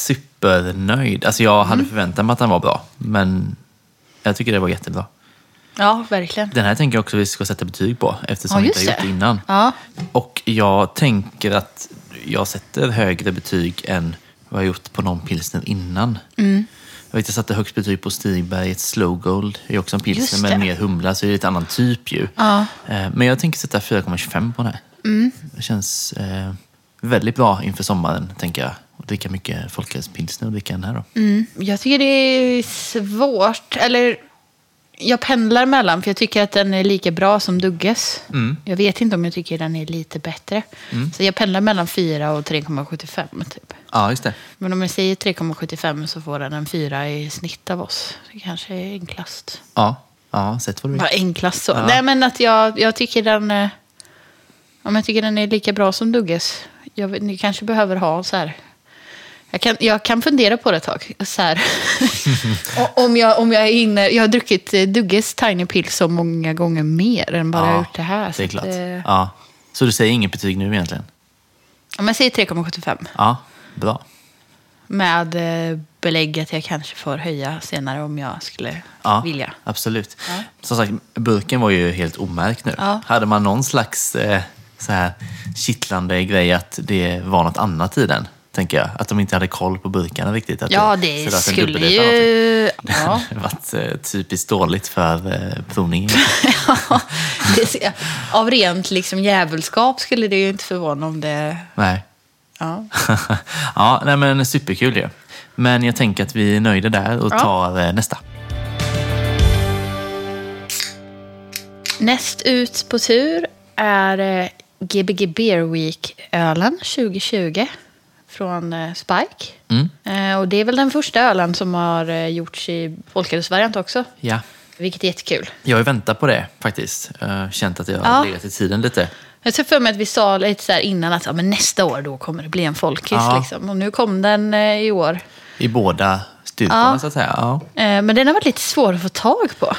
[SPEAKER 1] Supernöjd. Alltså jag hade förväntat mig att den var bra, men jag tycker det var jättebra.
[SPEAKER 2] Ja, verkligen.
[SPEAKER 1] Den här tänker jag också vi ska sätta betyg på eftersom vi inte har gjort det innan.
[SPEAKER 2] Ja.
[SPEAKER 1] Och jag tänker att jag sätter högre betyg än vad jag gjort på någon pilsner innan. Jag vet, jag satte högst betyg på Stigbergets Slow Gold. Det är också en pilsner med mer humla, så det är ett annan typ ju.
[SPEAKER 2] Ja.
[SPEAKER 1] Men jag tänker sätta 4,25 på den här. Det känns väldigt bra inför sommaren, tänker jag. Och dricka mycket folkölspilsner och dricka den här då.
[SPEAKER 2] Jag tycker det är svårt. Eller jag pendlar mellan, för jag tycker att den är lika bra som Dugges. Jag vet inte om jag tycker den är lite bättre. Så jag pendlar mellan 4 och 3,75 typ.
[SPEAKER 1] Ja, just det.
[SPEAKER 2] Men om jag säger 3,75 så får den en 4 i snitt av oss. Det kanske är enklast.
[SPEAKER 1] Ja, sett vad du vill.
[SPEAKER 2] Bara enklast så. Nej, men att jag tycker den... Om jag tycker den är lika bra som Dugges. Ni kanske behöver ha så här... Jag kan fundera på det ett tag. Så här. om jag är inne... Jag har druckit Dugges Tiny Pill så många gånger mer än bara jag har gjort det här.
[SPEAKER 1] Det är klart. Ja. Så du säger inget betyg nu egentligen?
[SPEAKER 2] Om jag säger 3,75.
[SPEAKER 1] Ja, bra.
[SPEAKER 2] Med belägg att jag kanske får höja senare om jag skulle vilja.
[SPEAKER 1] Absolut. Ja. Som sagt, burken var ju helt omärkt nu. Ja. Hade man någon slags så här kittlande grej att det var något annat i den? Tänker jag. Att de inte hade koll på burkarna riktigt. Att
[SPEAKER 2] det skulle ju...
[SPEAKER 1] Det hade varit typiskt dåligt för provningen.
[SPEAKER 2] Av rent liksom jävelskap skulle det ju inte förvåna om det...
[SPEAKER 1] Nej.
[SPEAKER 2] Ja.
[SPEAKER 1] Ja, nej, men superkul ju. Men jag tänker att vi är nöjda där och tar nästa.
[SPEAKER 2] Näst ut på tur är Gbg Beer Week-ölen 2020 från Spike. Och det är väl den första ölen som har gjorts i folkölsvariant också.
[SPEAKER 1] Ja.
[SPEAKER 2] Vilket är jättekul.
[SPEAKER 1] Jag har ju väntat på det faktiskt. Känt att jag har legat i tiden lite.
[SPEAKER 2] Jag tror för mig att vi sa lite så här innan att men nästa år då kommer det bli en folkis. Liksom. Och nu kom den i år.
[SPEAKER 1] I båda styrkorna så att säga. Ja.
[SPEAKER 2] Men den har varit lite svår att få tag på.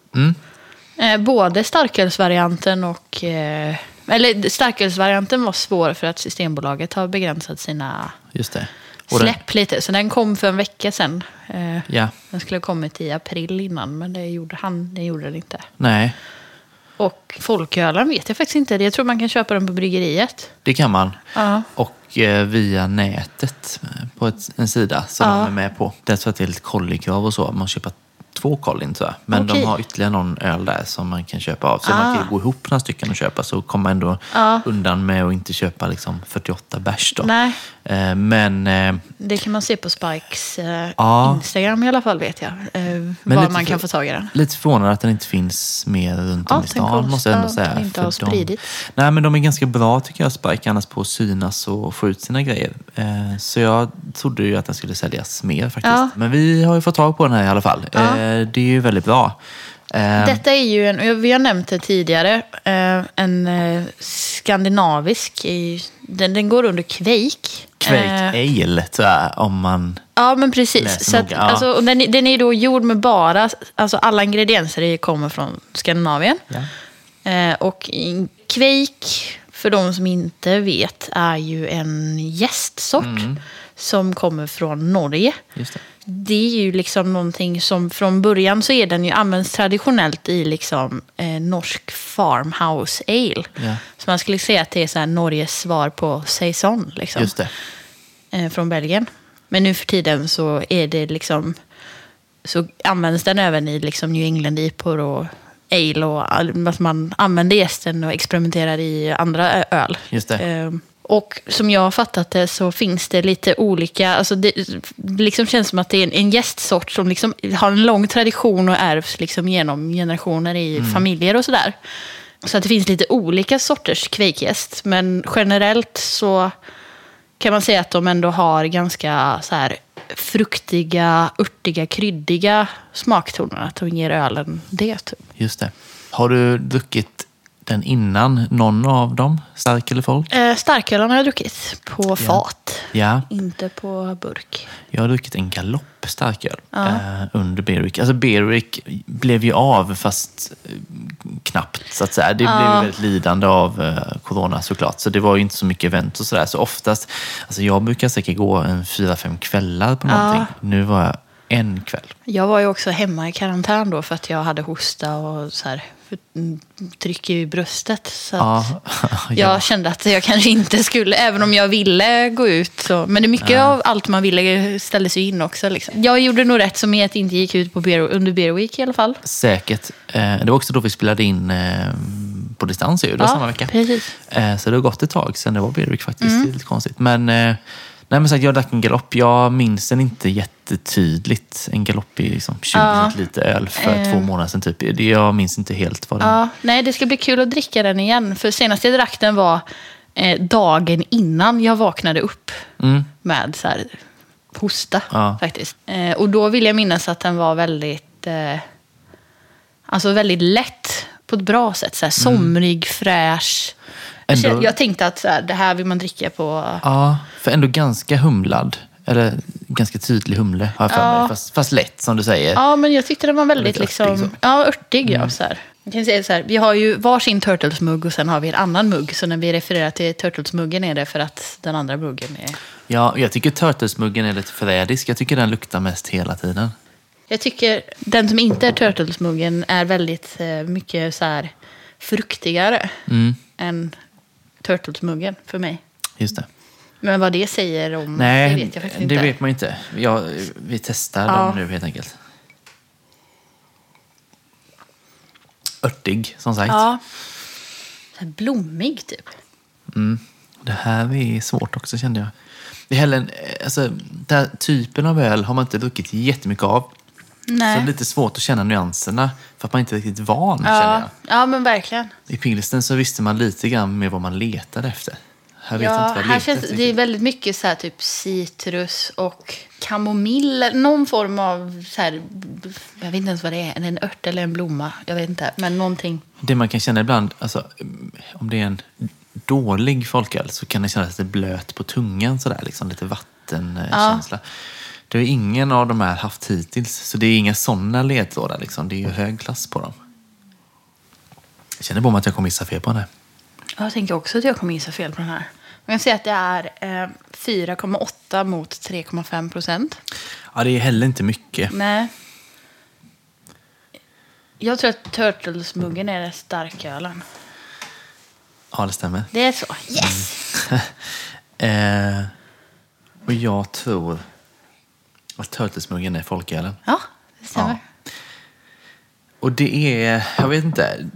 [SPEAKER 2] Både starkölsvarianten och... Eller starkölsvarianten var svår för att Systembolaget har begränsat sina släpp lite. Så den kom för en vecka sedan. Den skulle ha kommit i april innan, men det gjorde den inte.
[SPEAKER 1] Nej.
[SPEAKER 2] Och folkölen vet jag faktiskt inte. Jag tror man kan köpa den på bryggeriet.
[SPEAKER 1] Det kan man. Och via nätet på en sida som man är med på. Det tror jag att det är lite kollikrav och så. Man köper 2 kollin tror jag. Men de har ytterligare någon öl där som man kan köpa av. Så man kan gå ihop några stycken och köpa. Så kommer man ändå undan med att inte köpa liksom 48 bärs då.
[SPEAKER 2] Nej.
[SPEAKER 1] Men...
[SPEAKER 2] det kan man se på Spikes Instagram i alla fall, vet jag. Var man kan få tag i den.
[SPEAKER 1] Lite förvånad att den inte finns mer runt om i stan, måste jag ändå säga.
[SPEAKER 2] Inte har spridit.
[SPEAKER 1] Nej, men de är ganska bra tycker jag, Spike, annars på att synas och få ut sina grejer. Så jag trodde ju att den skulle säljas mer faktiskt. Men vi har ju fått tag på den här i alla fall. Det är ju väldigt bra.
[SPEAKER 2] Detta är ju vi har nämnt det tidigare, en skandinavisk, den går under Kveik.
[SPEAKER 1] Kveik Ale tror jag, om man...
[SPEAKER 2] Ja, men precis. Så att, alltså, den är då gjord med bara, alltså alla ingredienser kommer från Skandinavien. Och Kveik, för de som inte vet, är ju en jästsort som kommer från Norge. Just det. Det är ju liksom någonting som från början så är den ju används traditionellt i liksom norsk farmhouse ale. Så man skulle säga att det är så här Norges svar på saison liksom.
[SPEAKER 1] Just det.
[SPEAKER 2] Från Belgien. Men nu för tiden så är det liksom, så används den även i liksom New England IPOR och ale, och att man använder jästen och experimenterar i andra öl.
[SPEAKER 1] Just det.
[SPEAKER 2] Och som jag har fattat det så finns det lite olika, alltså det liksom känns som att det är en jästsort som liksom har en lång tradition och ärvs liksom genom generationer i familjer och sådär. Så att det finns lite olika sorters kveikjäst, men generellt så kan man säga att de ändå har ganska så här fruktiga, örtiga, kryddiga smaktoner, att de ger ölen det. Typ.
[SPEAKER 1] Just det. Har du druckit den innan någon av dem? Stark eller folk?
[SPEAKER 2] Starkölen har jag druckit på fat.
[SPEAKER 1] Ja.
[SPEAKER 2] Inte på burk.
[SPEAKER 1] Jag har druckit en galopp starköl under Beer Week. Alltså Beer Week blev ju av fast knappt så att säga. Det blev ju väldigt lidande av corona såklart. Så det var ju inte så mycket event och sådär. Så oftast, alltså jag brukar säkert gå en 4-5 kvällar på någonting. Nu var jag en kväll.
[SPEAKER 2] Jag var ju också hemma i karantän då för att jag hade hosta och så här tryck i bröstet. Så att jag kände att jag kanske inte skulle, även om jag ville gå ut. Så. Men det är mycket av allt man ville ställdes ju in också. Liksom. Jag gjorde nog rätt som att inte gick ut på under Beer Week i alla fall.
[SPEAKER 1] Säkert. Det var också då vi spelade in på distans ju. Det var samma vecka.
[SPEAKER 2] Precis.
[SPEAKER 1] Så det har gått ett tag sedan det var Beer Week faktiskt. Det är lite konstigt. Men... Nej, men så att jag drack en galopp. Jag minns den inte jättetydligt. En galopp i liksom 20 liter öl för 2 månader sedan typ. Jag minns inte helt vad den...
[SPEAKER 2] Nej, det ska bli kul att dricka den igen. För senast jag drack den var dagen innan jag vaknade upp med så här hosta faktiskt. Och då vill jag minnas att den var väldigt väldigt lätt på ett bra sätt. Så här, somrig, fräsch. Jag tänkte att så här, det här vill man dricka på...
[SPEAKER 1] Ja, för ändå ganska humlad. Eller ganska tydlig humle har jag för mig. Fast lätt som du säger.
[SPEAKER 2] Ja, men jag tyckte den var väldigt liksom...
[SPEAKER 1] Örtig,
[SPEAKER 2] örtig. Så här. Jag kan säga så här, vi har ju varsin Turtles-mugg och sen har vi en annan mugg. Så när vi refererar till Turtles-muggen är det för att den andra muggen är...
[SPEAKER 1] Ja, jag tycker Turtles-muggen är lite förrädisk. Jag tycker den luktar mest hela tiden.
[SPEAKER 2] Jag tycker den som inte är Turtles-muggen är väldigt mycket så här fruktigare än Turtles-muggen för mig.
[SPEAKER 1] Just det.
[SPEAKER 2] Men vad det säger om...
[SPEAKER 1] Nej,
[SPEAKER 2] det vet jag faktiskt inte.
[SPEAKER 1] Det vet man inte. Vi testar dem nu helt enkelt. Örtig, som sagt.
[SPEAKER 2] Ja. Så här blommig typ.
[SPEAKER 1] Det här är svårt också, kände jag. Det är heller den här typen av öl har man inte druckit jättemycket av.
[SPEAKER 2] Nej.
[SPEAKER 1] Så det är lite svårt att känna nyanserna för att man inte är riktigt van, känner jag.
[SPEAKER 2] Ja, men verkligen.
[SPEAKER 1] I pilsnen så visste man lite grann med vad man letade efter. Här vet jag inte vad jag letade efter.
[SPEAKER 2] Det är väldigt mycket så här, typ citrus och kamomill. Någon form av så här, jag vet inte ens vad det är. En ört eller en blomma. Jag vet inte, men någonting.
[SPEAKER 1] Det man kan känna ibland, alltså, om det är en dålig folköl så kan det kännas lite blöt på tungan. Sådär, liksom, lite vattenkänsla. Det har ingen av de här haft hittills. Så det är inga sådana ledtrådar. Liksom. Det är ju hög klass på dem. Jag känner på mig att jag kommer gissa fel på den här.
[SPEAKER 2] Jag tänker också att jag kommer gissa fel på den här. Man kan säga att det är 4,8 mot 3,5%.
[SPEAKER 1] Ja, det är heller inte mycket.
[SPEAKER 2] Nej. Jag tror att Turtles-muggen är den starka ölen.
[SPEAKER 1] Ja, det stämmer.
[SPEAKER 2] Det är så. Yes!
[SPEAKER 1] Och jag tror att Turtles-muggen är folkölen.
[SPEAKER 2] Ja, det stämmer.
[SPEAKER 1] Ja. Och det är, jag vet inte,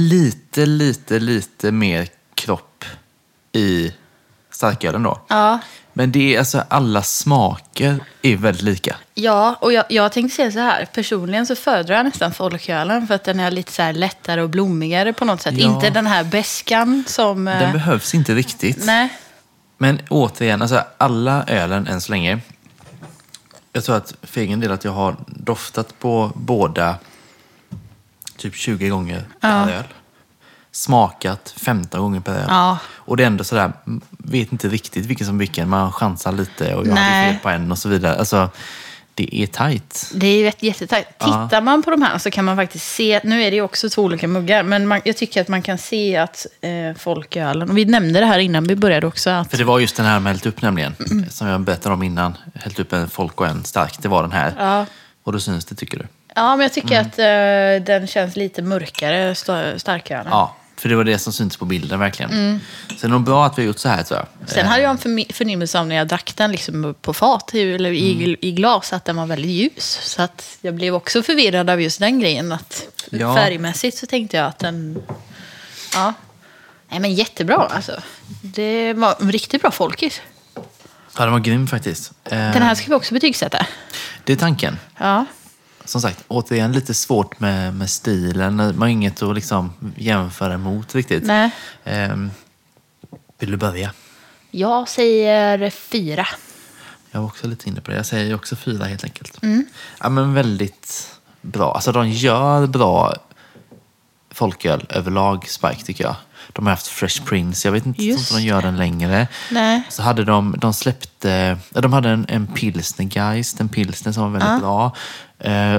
[SPEAKER 1] lite mer kropp i starkölen då.
[SPEAKER 2] Ja.
[SPEAKER 1] Men det är alltså, alla smaker är väldigt lika.
[SPEAKER 2] Ja, och jag tänkte säga så här. Personligen så föredrar jag nästan folkölen för att den är lite så här lättare och blommigare på något sätt.
[SPEAKER 1] Ja.
[SPEAKER 2] Inte den här beskan som...
[SPEAKER 1] Den behövs inte riktigt.
[SPEAKER 2] Nej.
[SPEAKER 1] Men återigen, alltså alla ölen än så länge. Jag tror att för egen del att jag har doftat på båda typ 20 gånger per öl. Smakat 15 gånger per öl.
[SPEAKER 2] Ja.
[SPEAKER 1] Och det är ändå sådär, vet inte riktigt vilken som vilken. Man chansar lite och jag hade fel på en och så vidare. Alltså, det är tajt. Det är
[SPEAKER 2] jättetajt. Tittar man på de här så kan man faktiskt se, nu är det ju också 2 olika muggar, men jag tycker att man kan se att folkölen, och vi nämnde det här innan vi började också. Att...
[SPEAKER 1] För det var just den här man hällt upp nämligen, som jag berättade om innan. Hällt upp en folk och en stark, det var den här.
[SPEAKER 2] Ja.
[SPEAKER 1] Och då syns det, tycker du?
[SPEAKER 2] Ja, men jag tycker att den känns lite mörkare, starkölen.
[SPEAKER 1] Ja, för det var det som syntes på bilden verkligen. Så det är nog bra att vi har gjort så här, tror jag.
[SPEAKER 2] Sen hade jag en förnimmelse av när jag drack den liksom på fat eller i glas, att den var väldigt ljus. Så att jag blev också förvirrad av just den grejen. Att färgmässigt så tänkte jag att den... Ja. Nej, men jättebra alltså. Det var en riktigt bra folkis.
[SPEAKER 1] Ja, den var grym faktiskt.
[SPEAKER 2] Den här ska vi också betygsätta.
[SPEAKER 1] Det är tanken.
[SPEAKER 2] Ja.
[SPEAKER 1] Som sagt, återigen lite svårt med stilen. Man har inget att liksom jämföra emot riktigt.
[SPEAKER 2] Nej.
[SPEAKER 1] Vill du börja?
[SPEAKER 2] Jag säger 4.
[SPEAKER 1] Jag var också lite inne på det. Jag säger också 4 helt enkelt. Ja, men väldigt bra. Alltså de gör bra folköl överlag, Spike, tycker jag. De har haft Fresh Prince. Jag vet inte om de gör den längre.
[SPEAKER 2] Nej.
[SPEAKER 1] Så hade de släppte... De hade en Pilsner Geist. En Pilsner som var väldigt bra.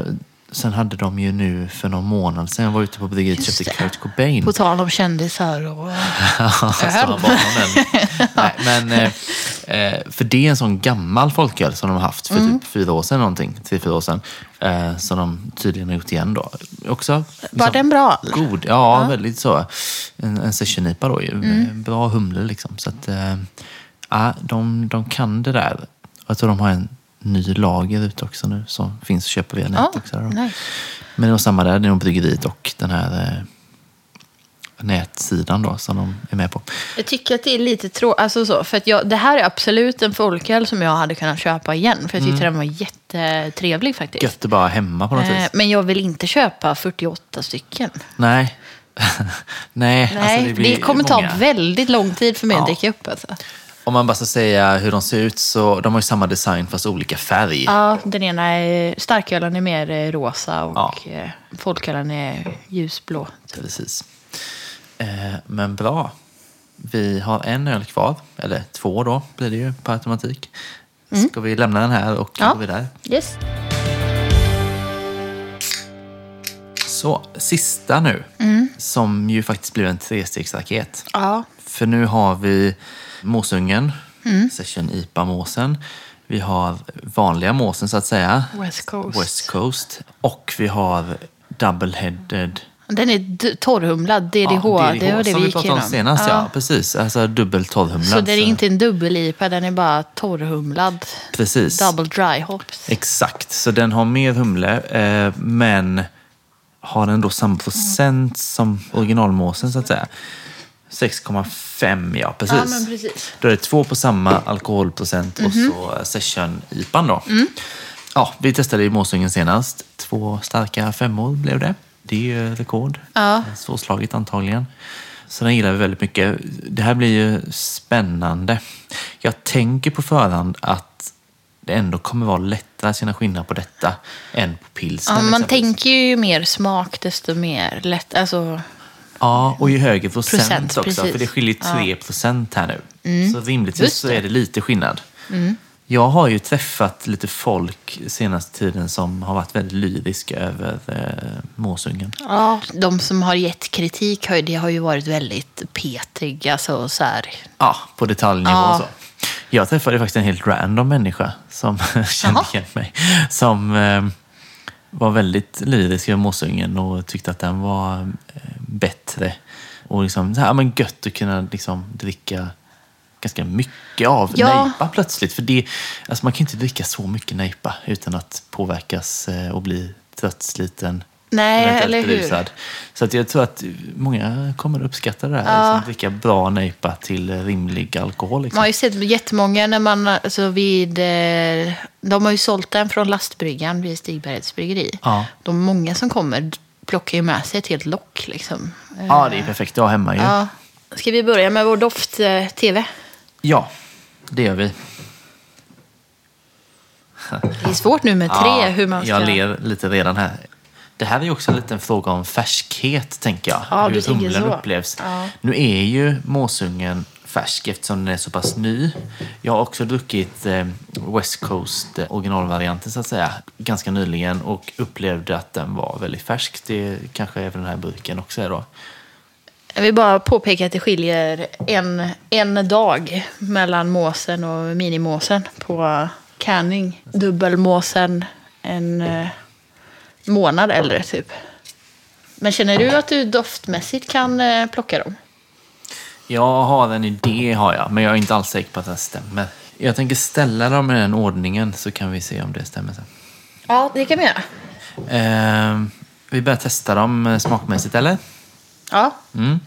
[SPEAKER 1] sen hade de ju nu för någon månad sedan, jag var ute på bryggeriet och köpte Kurt Cobain.
[SPEAKER 2] På tal om kändisar och
[SPEAKER 1] öl. Nej, men för det är en sån gammal folköl som de har haft för typ 4 år sedan någonting, 3-4 år sedan. Som de tydligen har gjort igen då. Också,
[SPEAKER 2] var den bra?
[SPEAKER 1] God, ja, väldigt så. En session-IPA då ju. Bra humle liksom. Så att de kan det där. Jag tror de har en ny lager ute också nu som finns att köpa via nät också.
[SPEAKER 2] Nice.
[SPEAKER 1] Men det var samma där, det är nog bryggeriet och den här nätsidan då som de är med på.
[SPEAKER 2] Jag tycker att det är lite tråkigt, alltså så, för att det här är absolut en folköl som jag hade kunnat köpa igen, för jag tyckte den var jättetrevlig faktiskt.
[SPEAKER 1] Gött att bara hemma på något vis.
[SPEAKER 2] Men jag vill inte köpa 48 stycken.
[SPEAKER 1] Nej. Nej, alltså
[SPEAKER 2] det kommer ta väldigt lång tid för mig att dricka upp. Alltså.
[SPEAKER 1] Om man bara ska säga hur de ser ut, så de har ju samma design fast olika färg.
[SPEAKER 2] Ja, den ena är, starkölen är mer rosa och folkölen är ljusblå.
[SPEAKER 1] Precis. Men bra. Vi har en öl kvar, eller 2 då blir det ju på automatik. Ska vi lämna den här och gå vidare?
[SPEAKER 2] Yes.
[SPEAKER 1] Så, sista nu, som ju faktiskt blir en 3-stegsraket.
[SPEAKER 2] Ja.
[SPEAKER 1] För nu har vi måsungen, Session IPA-måsen. Vi har vanliga måsen så att säga. West Coast. Och vi har double-headed.
[SPEAKER 2] Den är torrhumlad, DDH. Det var det
[SPEAKER 1] som
[SPEAKER 2] vi
[SPEAKER 1] vi pratade om senast, ja. Precis. Alltså dubbel torrhumlad.
[SPEAKER 2] Så det är inte en dubbel-IPA, den är bara torrhumlad.
[SPEAKER 1] Precis.
[SPEAKER 2] Double dry hops.
[SPEAKER 1] Exakt, så den har mer humle, men har den då samma procent som originalmåsen så att säga. 6,5, ja precis.
[SPEAKER 2] Ja, men precis.
[SPEAKER 1] Då är det 2 på samma alkoholprocent och så session-IPAn då. Ja, vi testade ju måsungen senast. 2 starka 5-år blev det. Det är ju rekord.
[SPEAKER 2] Ja.
[SPEAKER 1] Svårslaget antagligen. Så den gillar vi väldigt mycket. Det här blir ju spännande. Jag tänker på förhand att det ändå kommer vara lättare att känna skillnad på detta än på pilsner.
[SPEAKER 2] Ja, man tänker ju mer smak desto mer lätt. Alltså...
[SPEAKER 1] Ja, och ju högre procent också.
[SPEAKER 2] Precis.
[SPEAKER 1] För det skiljer 3% här nu. Så rimligtvis så är det lite skillnad.
[SPEAKER 2] Mm.
[SPEAKER 1] Jag har ju träffat lite folk senaste tiden som har varit väldigt lyriska över måsungen.
[SPEAKER 2] Ja, de som har gett kritik det har ju varit väldigt petig. Alltså så här.
[SPEAKER 1] Ja, på detaljnivå och så. Jag träffade faktiskt en helt random människa som kände igen mig. Som var väldigt lyrisk över måsungen och tyckte att den var bättre. Och liksom så här, men gött att kunna liksom dricka ganska mycket av nejpa plötsligt. För det, alltså man kan inte dricka så mycket nejpa utan att påverkas och bli tröttsliten.
[SPEAKER 2] Nej, eller hur?
[SPEAKER 1] Så att jag tror att många kommer att uppskatta det här. Liksom, dricka bra nejpa till rimlig alkohol. Liksom.
[SPEAKER 2] Man har ju sett jättemånga när man, alltså de har ju sålt den från lastbryggan vid Stigbergets bryggeri. Ja. De många som kommer plockar ju med sig ett helt lock. Liksom.
[SPEAKER 1] Ja, det är perfekt. Jag hemma ju.
[SPEAKER 2] Ja. Ska vi börja med vår doft-tv?
[SPEAKER 1] Ja, det gör vi.
[SPEAKER 2] Det är svårt nu med 3 hur man ska...
[SPEAKER 1] Jag ler lite redan här. Det här är ju också en liten fråga om färskhet, tänker jag.
[SPEAKER 2] Ja,
[SPEAKER 1] hur humlen upplevs.
[SPEAKER 2] Ja.
[SPEAKER 1] Nu är ju måsungen färsk eftersom den är så pass ny. Jag har också druckit West Coast originalvarianten så att säga ganska nyligen och upplevde att den var väldigt färsk. Det kanske även den här burken också är då.
[SPEAKER 2] Jag vill bara påpeka att det skiljer en dag mellan måsen och minimåsen på canning. Dubbelmåsen en månad äldre typ. Men känner du att du doftmässigt kan plocka dem?
[SPEAKER 1] Jag har en idé har jag, men jag är inte alls säker på att det stämmer. Jag tänker ställa dem i den ordningen så kan vi se om det stämmer sen.
[SPEAKER 2] Ja, det kan vi göra.
[SPEAKER 1] Vi börjar testa dem smakmässigt, eller?
[SPEAKER 2] Ja.
[SPEAKER 1] Mm.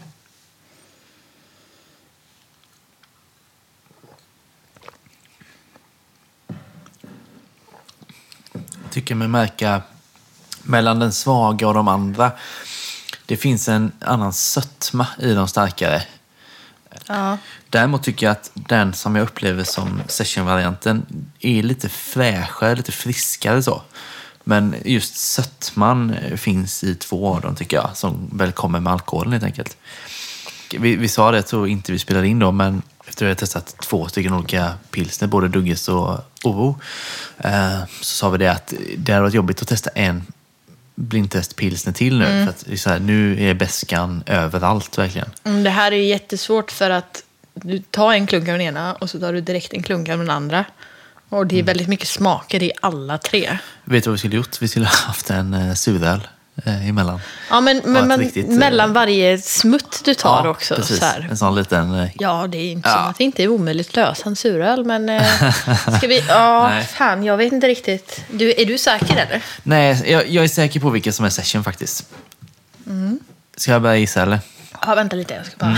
[SPEAKER 1] Jag tycker mig märka mellan den svaga och de andra. Det finns en annan sötma i de starkare.
[SPEAKER 2] Ja.
[SPEAKER 1] Däremot tycker jag att den som jag upplever som session-varianten är lite fräschare, lite friskare så. Men just sötman finns i 2 av dem tycker jag, som väl kommer med alkoholen helt enkelt. Vi sa det, jag tror inte vi spelade in då, men efter att jag testat 2 stycken olika pilsner, både Dugges och Ovo, så sa vi det att det hade varit jobbigt att testa en blindtestpilsner till nu. För att det är så här, nu är bäskan överallt verkligen.
[SPEAKER 2] Det här är ju jättesvårt för att du tar en klunk av den ena och så tar du direkt en klunk av den andra. Och det är väldigt mycket smaker i alla tre.
[SPEAKER 1] Vet du vad vi skulle gjort? Vi skulle ha haft en suröl emellan.
[SPEAKER 2] Ja, men riktigt, mellan varje smutt du tar också.
[SPEAKER 1] Precis.
[SPEAKER 2] Så här.
[SPEAKER 1] En sån liten...
[SPEAKER 2] Ja, det är inte som att det inte är omöjligt att lösa en suröl. Men ska vi... Fan, jag vet inte riktigt. Är du säker eller?
[SPEAKER 1] Nej, jag är säker på vilka som är session faktiskt. Ska jag börja gissa eller?
[SPEAKER 2] Ja, vänta lite. Jag ska bara...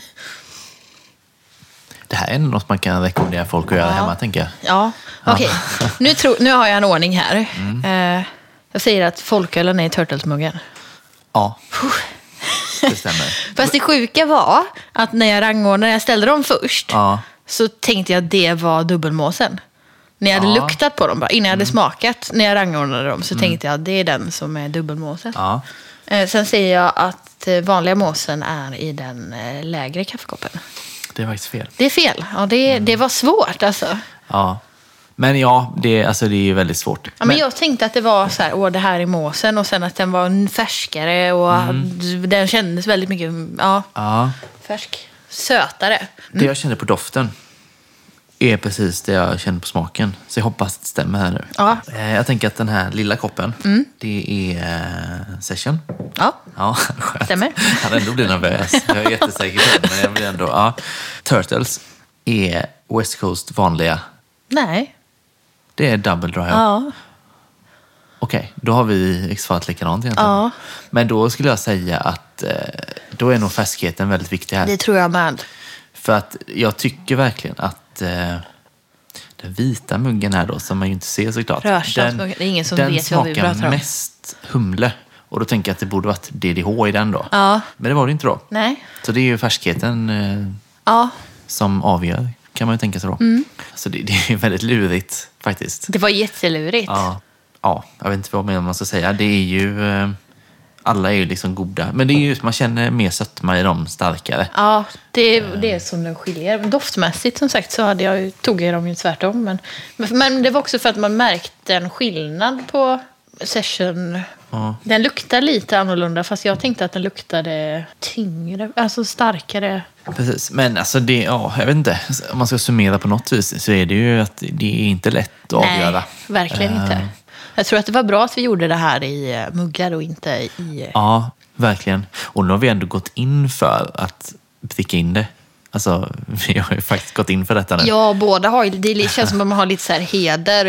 [SPEAKER 1] Det här är något man kan rekommendera folk att göra hemma, tänker jag.
[SPEAKER 2] Ja, okej. Nu har jag en ordning här. Jag säger att folkölen är i Turtles-muggen.
[SPEAKER 1] Ja, det stämmer.
[SPEAKER 2] Fast det sjuka var att när jag ställde dem först så tänkte jag att det var dubbelmåsen. När jag hade luktat på dem, bara, innan jag hade smakat, när jag rangordnade dem så tänkte jag att det är den som är dubbelmåsen.
[SPEAKER 1] Ja.
[SPEAKER 2] Sen säger jag att vanliga måsen är i den lägre kaffekoppen.
[SPEAKER 1] Det är faktiskt fel.
[SPEAKER 2] Det är fel. Ja, det var svårt alltså. Ja.
[SPEAKER 1] Men det är ju väldigt svårt.
[SPEAKER 2] Ja, men jag tänkte att det var så här, det här är måsen och sen att den var färskare och den kändes väldigt mycket färsk. Sötare.
[SPEAKER 1] Det jag kände på doften är precis det jag kände på smaken. Så jag hoppas att det stämmer här nu.
[SPEAKER 2] Ja.
[SPEAKER 1] Jag tänker att den här lilla koppen, det är Session.
[SPEAKER 2] Ja,
[SPEAKER 1] skönt.
[SPEAKER 2] Stämmer.
[SPEAKER 1] Jag hade ändå blivit nervös. Jag är jättesäker på det, men jag blir ändå... Ja. Turtles är West Coast vanliga.
[SPEAKER 2] Nej.
[SPEAKER 1] Det är double dry.
[SPEAKER 2] Ja.
[SPEAKER 1] Okej, då har vi svarat likadant egentligen. Ja. Men då skulle jag säga att då är nog färskheten väldigt viktig här.
[SPEAKER 2] Det tror jag med.
[SPEAKER 1] För att jag tycker verkligen att den vita muggen här då, som man ju inte ser såklart.
[SPEAKER 2] Rörstadsmuggen, det är ingen som vet vad vi pratar om.
[SPEAKER 1] Den smakar mest humle. Och då tänker jag att det borde varit DDH i den då.
[SPEAKER 2] Ja.
[SPEAKER 1] Men det var det inte då.
[SPEAKER 2] Nej.
[SPEAKER 1] Så det är ju färskheten som avgör, kan man ju tänka sig då. Så det är väldigt lurigt faktiskt.
[SPEAKER 2] Det var jättelurigt.
[SPEAKER 1] Ja, jag vet inte vad man ska säga. Det är ju... Alla är ju liksom goda. Men det är ju, man känner mer sötma i dem starkare. Ja,
[SPEAKER 2] det är som den skiljer. Doftmässigt som sagt så tog jag dem ju tvärtom. Men det var också för att man märkte en skillnad på Session. Ja. Den luktar lite annorlunda, fast jag tänkte att den luktade tyngre, alltså starkare.
[SPEAKER 1] Precis, men alltså jag vet inte. Om man ska summera på något vis så är det ju att det är inte lätt att avgöra.
[SPEAKER 2] Nej, verkligen inte. Jag tror att det var bra att vi gjorde det här i muggar och inte i...
[SPEAKER 1] Ja, verkligen. Och nu har vi ändå gått in för att pricka in det. Alltså, vi har ju faktiskt gått in för detta nu.
[SPEAKER 2] Ja, båda har ju... Det känns som att man har lite så här heder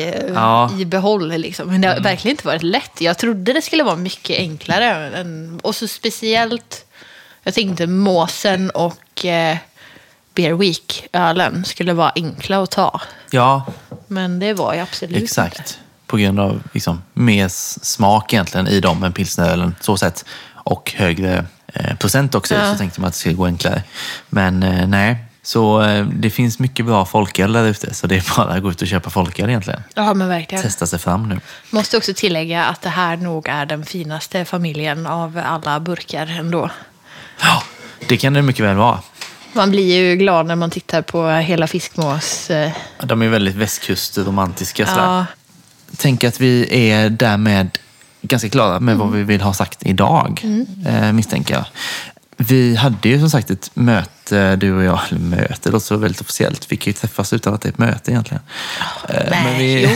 [SPEAKER 2] i behåll liksom. Men det har verkligen inte varit lätt. Jag trodde det skulle vara mycket enklare. Och så speciellt... Jag tänkte måsen och Beer Week-ölen skulle vara enkla att ta. Ja. Men det var ju absolut
[SPEAKER 1] exakt.
[SPEAKER 2] Inte.
[SPEAKER 1] På grund av liksom, mer smak egentligen i dem än pilsnerölen så sätt. Och högre procent också, så tänkte man att det skulle gå enklare. Men nej, så det finns mycket bra folköl där ute. Så det är bara att gå ut och köpa folköl egentligen.
[SPEAKER 2] Ja, men verkligen.
[SPEAKER 1] Testa sig fram nu.
[SPEAKER 2] Måste också tillägga att det här nog är den finaste familjen av alla burkar ändå.
[SPEAKER 1] Ja, det kan det mycket väl vara.
[SPEAKER 2] Man blir ju glad när man tittar på hela Fiskmås.
[SPEAKER 1] De är väldigt västkust-romantiska. Ja. Tänk att vi är därmed ganska klara med vad vi vill ha sagt idag, misstänker jag. Vi hade ju som sagt ett möte, du och jag, eller möte, det låter så väldigt officiellt. Vi kan ju träffas utan att det är ett möte egentligen. Men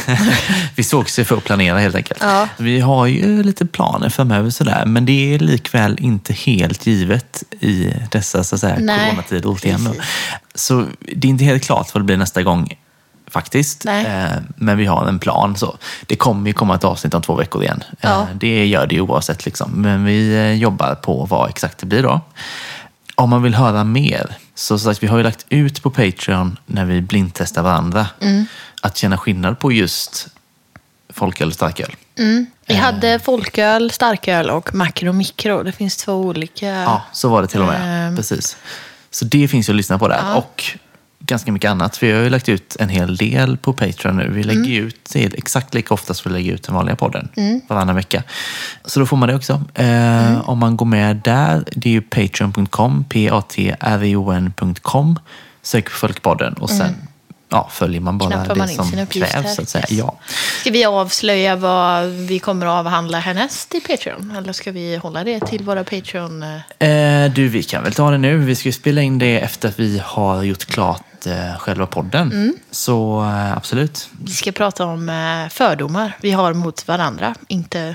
[SPEAKER 1] vi såg sig för att planera helt enkelt. Ja. Vi har ju lite planer framöver sådär, men det är likväl inte helt givet i dessa så att säga coronatider återigen. Så det är inte helt klart vad det blir nästa gång. Faktiskt. Men vi har en plan. Så det kommer ju komma ett avsnitt om 2 veckor igen. Ja. Det gör det oavsett. Liksom. Men vi jobbar på vad exakt det blir då. Om man vill höra mer så sagt, vi har ju lagt ut på Patreon när vi blindtestar varandra. Att känna skillnad på just folköl och starköl.
[SPEAKER 2] Vi hade folköl, starköl och makro och mikro. Det finns 2 olika.
[SPEAKER 1] Ja, så var det till och med. Precis. Så det finns ju att lyssna på där. Och ganska mycket annat. För jag har ju lagt ut en hel del på Patreon nu. Vi lägger ut exakt lika ofta som vi lägger ut den vanliga podden. Varannan vecka. Så då får man det också. Om man går med där, det är ju patreon.com, patreon.com. Sök på Folkpodden och sen följer man bara
[SPEAKER 2] Knappar man
[SPEAKER 1] det
[SPEAKER 2] in
[SPEAKER 1] som
[SPEAKER 2] sin uppgift
[SPEAKER 1] krävs
[SPEAKER 2] här.
[SPEAKER 1] så att säga. Ja.
[SPEAKER 2] Ska vi avslöja vad vi kommer att avhandla härnäst i Patreon? Eller ska vi hålla det till våra Patreon?
[SPEAKER 1] Vi kan väl ta det nu. Vi ska ju spela in det efter att vi har gjort klart själva podden. Så absolut.
[SPEAKER 2] Vi ska prata om fördomar vi har mot varandra. Inte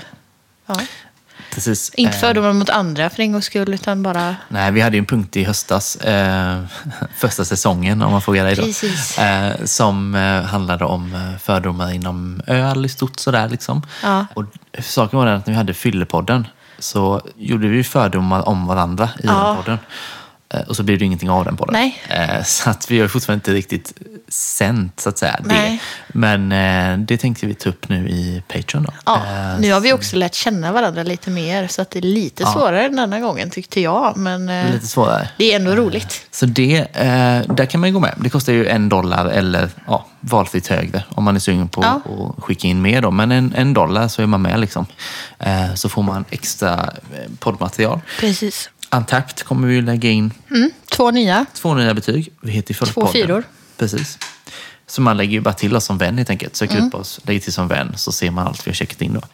[SPEAKER 2] fördomar mot andra för en gångs skull, utan bara...
[SPEAKER 1] Nej, vi hade ju en punkt i höstas, första säsongen om man frågar dig då. Som handlade om fördomar inom öl i stort sådär liksom. Ja. Och saken var den att när vi hade Fyllepodden så gjorde vi fördomar om varandra i den podden. Och så blir det ingenting av den på den.
[SPEAKER 2] Nej.
[SPEAKER 1] Så att vi har fortfarande inte riktigt sänt så att säga det. Men det tänkte vi ta upp nu i Patreon då.
[SPEAKER 2] Ja, nu har vi också lärt känna varandra lite mer så att det är lite svårare denna gången tyckte jag. Men
[SPEAKER 1] lite svårare.
[SPEAKER 2] Det är ändå roligt.
[SPEAKER 1] Så där kan man ju gå med. Det kostar ju $1 eller valfritt högre om man är sugen på att skicka in mer då. Men $1 så är man med liksom. Så får man extra poddmaterial.
[SPEAKER 2] Precis.
[SPEAKER 1] Untapped kommer vi lägga in.
[SPEAKER 2] 2 nya.
[SPEAKER 1] 2 nya betyg. Vi heter
[SPEAKER 2] 2 fyror.
[SPEAKER 1] Precis. Så man lägger ju bara till oss som vän helt enkelt. Söker upp oss, lägger till som vän så ser man allt vi har checkat in då.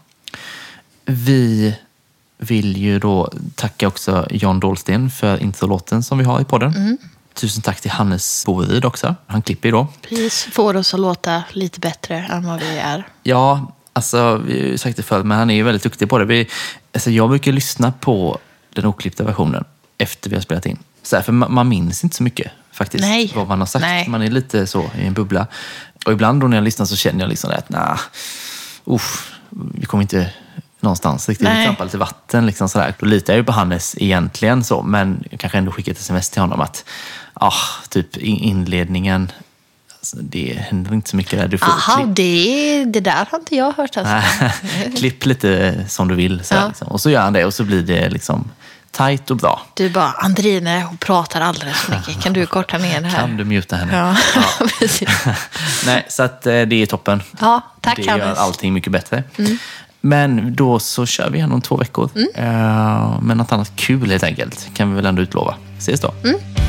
[SPEAKER 1] Vi vill ju då tacka också John Dahlsten för introlåten som vi har i podden. Tusen tack till Hannes Boryd också. Han klipper ju då.
[SPEAKER 2] Precis, får oss att låta lite bättre än vad vi är.
[SPEAKER 1] Ja, alltså vi har ju sagt det förr, men han är ju väldigt duktig på det. Jag brukar lyssna på den oklippta versionen efter vi har spelat in. Så här, för man minns inte så mycket faktiskt vad man har sagt. Nej. Man är lite så i en bubbla. Och ibland då när jag lyssnar så känner jag liksom att vi kommer inte någonstans riktigt. Vi trampar lite vatten liksom sådär. Då litar jag ju på Hannes egentligen så, men jag kanske ändå skickar ett sms till honom att typ inledningen, alltså, det händer inte så mycket där. Du får
[SPEAKER 2] det där har inte jag hört alltså.
[SPEAKER 1] Klipp lite som du vill så liksom. Och så gör han det och så blir det liksom tajt och bra.
[SPEAKER 2] Du bara, Andrine, hon pratar alldeles för mycket. Kan du korta ner det här?
[SPEAKER 1] Kan du muta henne?
[SPEAKER 2] Ja. Precis.
[SPEAKER 1] Nej, så att det är toppen.
[SPEAKER 2] Ja, tack
[SPEAKER 1] det
[SPEAKER 2] Hannes.
[SPEAKER 1] Gör allting mycket bättre. Men då så kör vi igen om 2 veckor. Men något annat kul helt enkelt kan vi väl ändå utlova. Ses då.